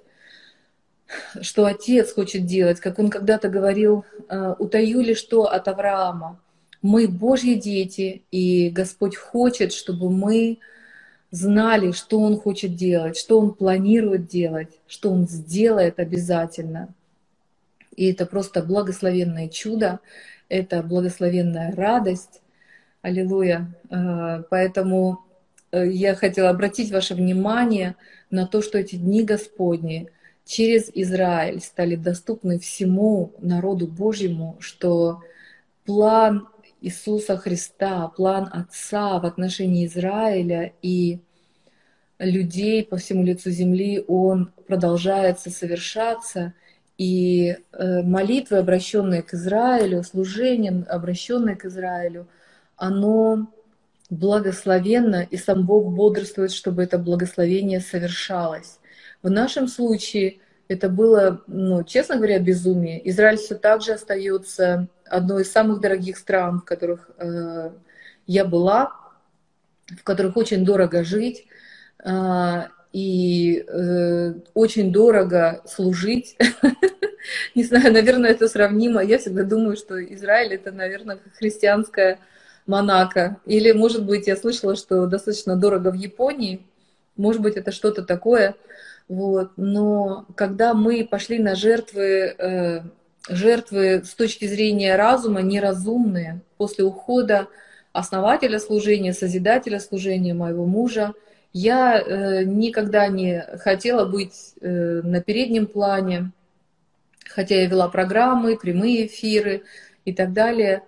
что Отец хочет делать. Как Он когда-то говорил, э, утаю ли что от Авраама. Мы Божьи дети, и Господь хочет, чтобы мы знали, что Он хочет делать, что Он планирует делать, что Он сделает обязательно. И это просто благословенное чудо, это благословенная радость. Аллилуйя. Поэтому я хотела обратить ваше внимание на то, что эти дни Господни через Израиль стали доступны всему народу Божьему, что план Иисуса Христа, план Отца в отношении Израиля и людей по всему лицу земли, он продолжается совершаться. И молитвы, обращенные к Израилю, служение, обращенное к Израилю, оно благословенно, и сам Бог бодрствует, чтобы это благословение совершалось. В нашем случае это было, ну, честно говоря, безумие. Израиль все так же остается одной из самых дорогих стран, в которых э, я была, в которых очень дорого жить, э, и э, очень дорого служить. Не знаю, наверное, это сравнимо. Я всегда думаю, что Израиль — это, наверное, христианская Монако. Или, может быть, я слышала, что достаточно дорого в Японии. Может быть, это что-то такое. Вот. Но когда мы пошли на жертвы, э, жертвы с точки зрения разума, неразумные, после ухода основателя служения, созидателя служения, моего мужа, я э, никогда не хотела быть э, на переднем плане, хотя я вела программы, прямые эфиры и так далее.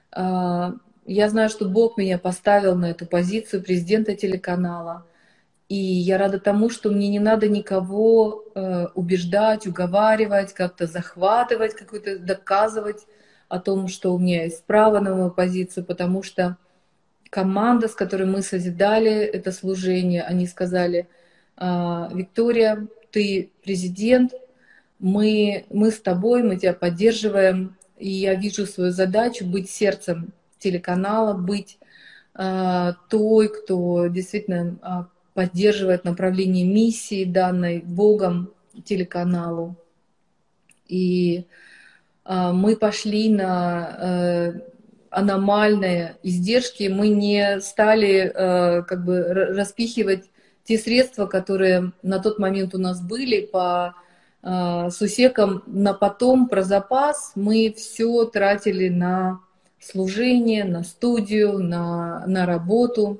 Я знаю, что Бог меня поставил на эту позицию президента телеканала. И я рада тому, что мне не надо никого убеждать, уговаривать, как-то захватывать, какую-то доказывать о том, что у меня есть право на мою позицию, потому что команда, с которой мы созидали это служение, они сказали: Виктория, ты президент, мы, мы с тобой, мы тебя поддерживаем, и я вижу свою задачу быть сердцем телеканала, быть той, кто действительно поддерживает направление миссии, данной Богом телеканалу. И мы пошли на аномальные издержки, мы не стали как бы распихивать те средства, которые на тот момент у нас были по сусекам на потом, про запас. Мы все тратили на служение, на студию, на, на работу.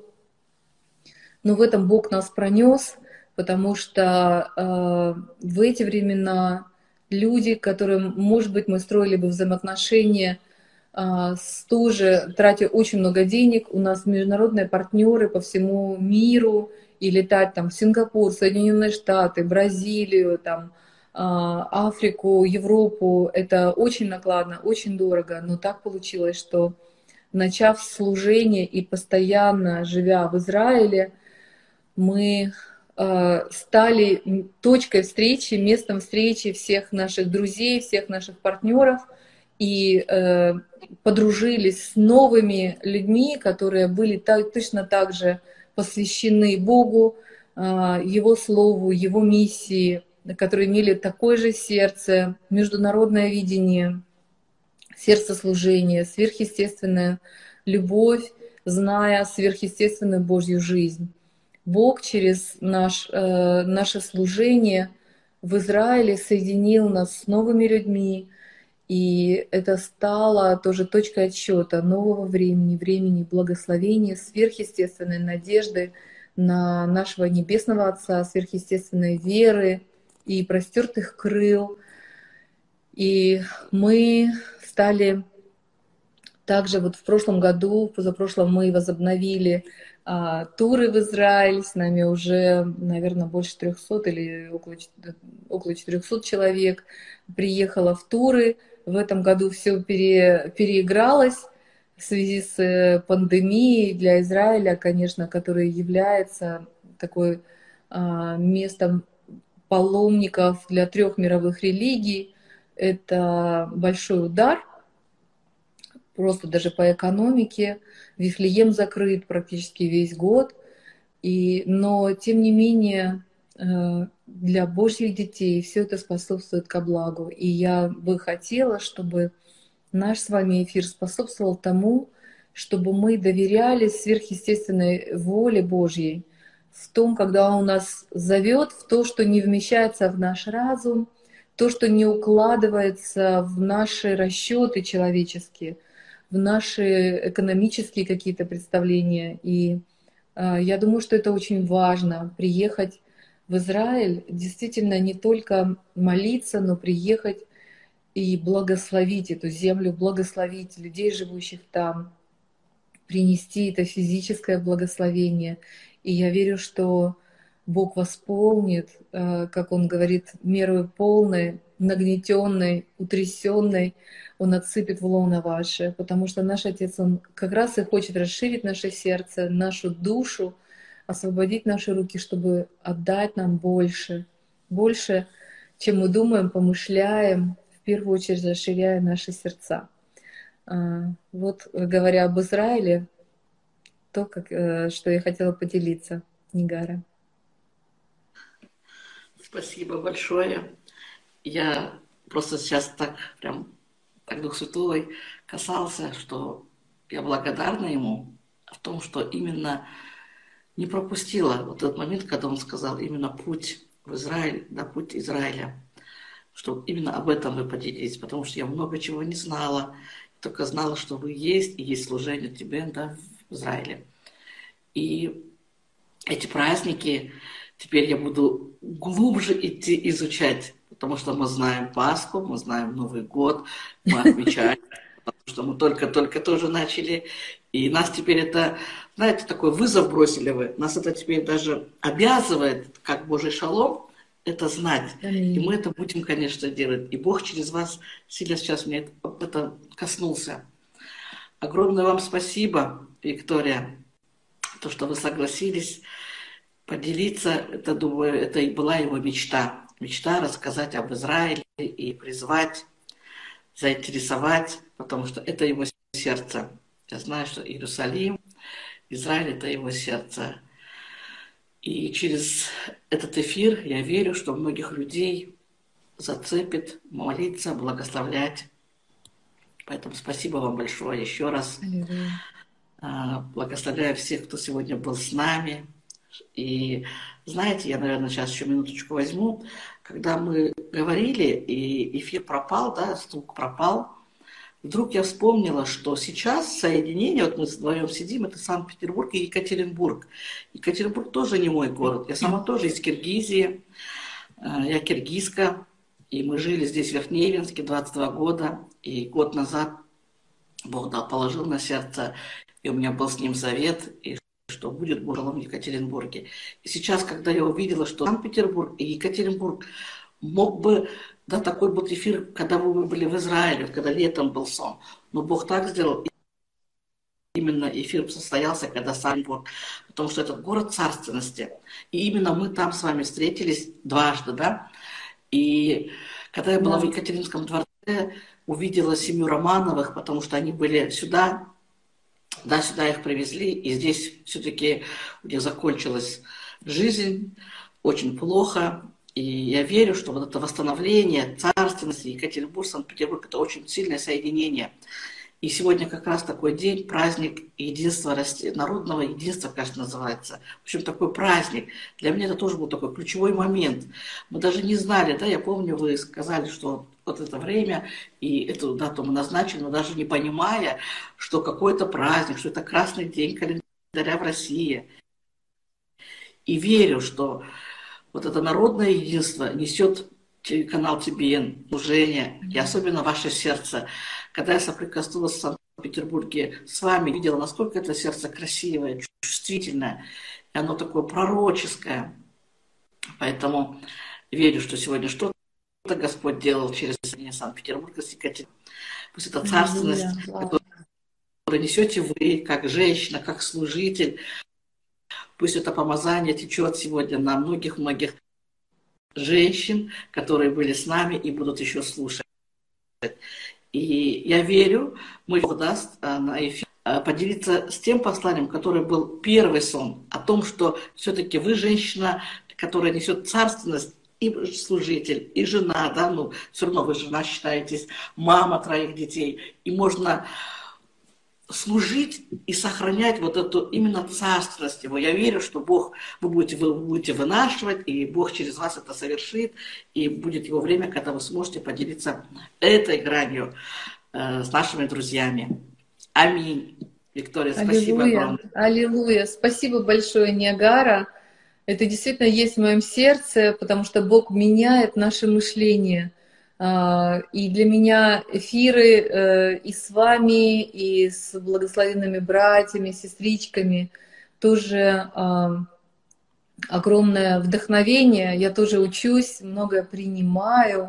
Но в этом Бог нас пронес, потому что э, в эти времена люди, которым, может быть, мы строили бы взаимоотношения, э, с тоже тратя очень много денег, у нас международные партнеры по всему миру, и летать там в Сингапур, Соединенные Штаты, Бразилию, там, Африку, Европу, это очень накладно, очень дорого, но так получилось, что начав служение и постоянно живя в Израиле, мы стали точкой встречи, местом встречи всех наших друзей, всех наших партнеров и подружились с новыми людьми, которые были так, точно так же посвящены Богу, Его Слову, Его миссии, которые имели такое же сердце, международное видение, сердце служения, сверхъестественная любовь, зная сверхъестественную Божью жизнь. Бог через наш, э, наше служение в Израиле соединил нас с новыми людьми, и это стало тоже точкой отсчета нового времени, времени благословения, сверхъестественной надежды на нашего Небесного Отца, сверхъестественной веры и простертых крыл. И мы стали также вот в прошлом году, в позапрошлом мы возобновили а, туры в Израиль. С нами уже, наверное, больше трехсот или около, около четырехсот человек приехало в туры. В этом году все пере, переигралось в связи с пандемией для Израиля, конечно, который является такой а, местом паломников для трех мировых религий. Это большой удар, просто даже по экономике. Вифлеем закрыт практически весь год. И, но, тем не менее, для Божьих детей все это способствует ко благу. И я бы хотела, чтобы наш с вами эфир способствовал тому, чтобы мы доверяли сверхъестественной воле Божьей, в том, когда Он нас зовет, в то, что не вмещается в наш разум, то, что не укладывается в наши расчеты человеческие, в наши экономические какие-то представления. И э, я думаю, что это очень важно, приехать в Израиль, действительно не только молиться, но приехать и благословить эту землю, благословить людей, живущих там, принести это физическое благословение. И я верю, что Бог восполнит, как Он говорит, мерою полной, нагнетенной, утрясенной, Он отсыпет в лоно ваше, потому что наш Отец, Он как раз и хочет расширить наше сердце, нашу душу, освободить наши руки, чтобы отдать нам больше, больше, чем мы думаем, помышляем, в первую очередь расширяя наши сердца. Вот, говоря об Израиле, то, как, что я хотела поделиться, Нигара. Спасибо большое. Я просто сейчас так прям, так Дух Святой касался, что я благодарна Ему в том, что именно не пропустила вот этот момент, когда Он сказал именно путь в Израиль, да, путь Израиля, что именно об этом вы поделитесь, потому что я много чего не знала, только знала, что вы есть, и есть служение тебе, да, в Израиле. И эти праздники теперь я буду глубже идти изучать, потому что мы знаем Пасху, мы знаем Новый год, мы отмечаем, потому что мы только-только тоже начали. И нас теперь это, знаете, такой вызов бросили вы. Нас это теперь даже обязывает, как Божий шалом, это знать. И мы это будем, конечно, делать. И Бог через вас сильно сейчас мне это коснулся. Огромное вам спасибо, Виктория, то, что вы согласились поделиться. Это, думаю, это и была его мечта. Мечта рассказать об Израиле и призвать, заинтересовать, потому что это его сердце. Я знаю, что Иерусалим Израиль — это его сердце. И через этот эфир я верю, что многих людей зацепит молиться, благословлять. Поэтому спасибо вам большое еще раз. Аллилуйя. Благословляю всех, кто сегодня был с нами. И знаете, я, наверное, сейчас еще минуточку возьму. Когда мы говорили, и эфир пропал, да, звук пропал, вдруг я вспомнила, что сейчас соединение, вот мы вдвоем сидим, это Санкт-Петербург и Екатеринбург. Екатеринбург тоже не мой город. Я сама тоже из Киргизии. Я киргизка. И мы жили здесь, в Верхнеевенске, двадцать два года. И год назад Бог дал, положил на сердце, и у меня был с ним завет, и что будет Божьим в Екатеринбурге. И сейчас, когда я увидела, что Санкт-Петербург и Екатеринбург мог бы, да, такой был эфир, когда вы были в Израиле, когда летом был сон, но Бог так сделал, именно эфир состоялся, когда Санкт-Петербург, потому что это город царственности. И именно мы там с вами встретились дважды, да. И когда я была да. в Екатеринском дворце, увидела семью Романовых, потому что они были сюда, да, сюда их привезли, и здесь все-таки у них закончилась жизнь очень плохо. И я верю, что вот это восстановление царственности Екатеринбург, Санкт-Петербург — это очень сильное соединение. И сегодня как раз такой день, праздник единства, народного единства, кажется, называется. В общем, такой праздник. Для меня это тоже был такой ключевой момент. Мы даже не знали, да, я помню, вы сказали, что вот это время и эту дату мы назначили, но даже не понимая, что какой-то праздник, что это красный день календаря в России. И верю, что вот это народное единство несет телеканал Ти Би Эн, служение, и особенно ваше сердце. Когда я соприкоснулась в Санкт-Петербурге с вами, видела, насколько это сердце красивое, чувствительное, и оно такое пророческое. Поэтому верю, что сегодня что-то Господь делал через Санкт-Петербурга с Екатеринбургом. Пусть это царственность, которую несете вы, как женщина, как служитель, пусть это помазание течет сегодня на многих-многих женщин, которые были с нами и будут еще слушать. И я верю, мой Бог даст на эфир поделиться с тем посланием, которое был первый сон, о том, что все-таки вы женщина, которая несет царственность, и служитель, и жена, да, ну, все равно вы жена считаетесь, мама троих детей, и можно служить и сохранять вот эту именно царственность его. Я верю, что Бог, вы будете, вы будете вынашивать, и Бог через вас это совершит, и будет его время, когда вы сможете поделиться этой гранью э, с нашими друзьями. Аминь. Виктория, спасибо Аллилуйя. огромное. Аллилуйя. Спасибо большое, Ниагара. Это действительно есть в моем сердце, потому что Бог меняет наше мышление. И для меня эфиры и с вами, и с благословенными братьями, сестричками тоже огромное вдохновение. Я тоже учусь, многое принимаю.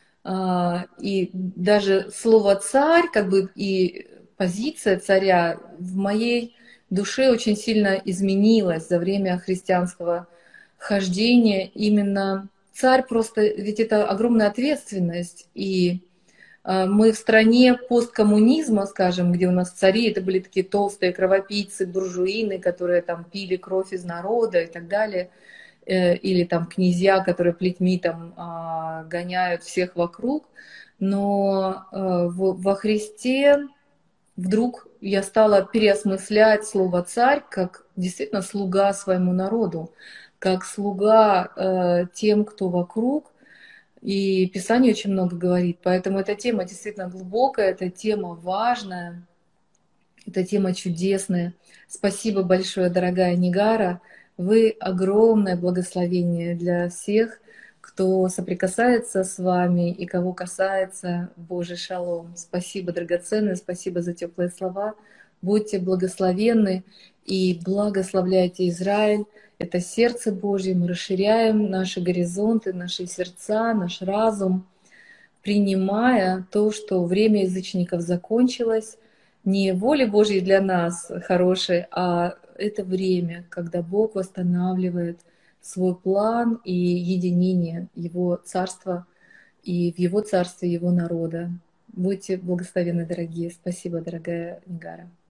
И даже слово «царь», как бы и позиция царя в моей душе очень сильно изменилась за время христианского хождения. Именно царь просто, ведь это огромная ответственность. И мы в стране посткоммунизма, скажем, где у нас цари, это были такие толстые кровопийцы, буржуины, которые там пили кровь из народа и так далее. Или там князья, которые плетьми там гоняют всех вокруг. Но во Христе вдруг я стала переосмыслять слово «царь» как действительно слуга своему народу, как слуга э, тем, кто вокруг. И Писание очень много говорит. Поэтому эта тема действительно глубокая, эта тема важная, эта тема чудесная. Спасибо большое, дорогая Нигара. Вы огромное благословение для всех, кто соприкасается с вами и кого касается Божий шалом. Спасибо, драгоценные, спасибо за теплые слова. Будьте благословенны и благословляйте Израиль. Это сердце Божье. Мы расширяем наши горизонты, наши сердца, наш разум, принимая то, что время язычников закончилось. Не воли Божьей для нас хорошей, а это время, когда Бог восстанавливает свой план и единение Его Царства и в Его Царстве Его народа. Будьте благословенны, дорогие. Спасибо, дорогая Нигара.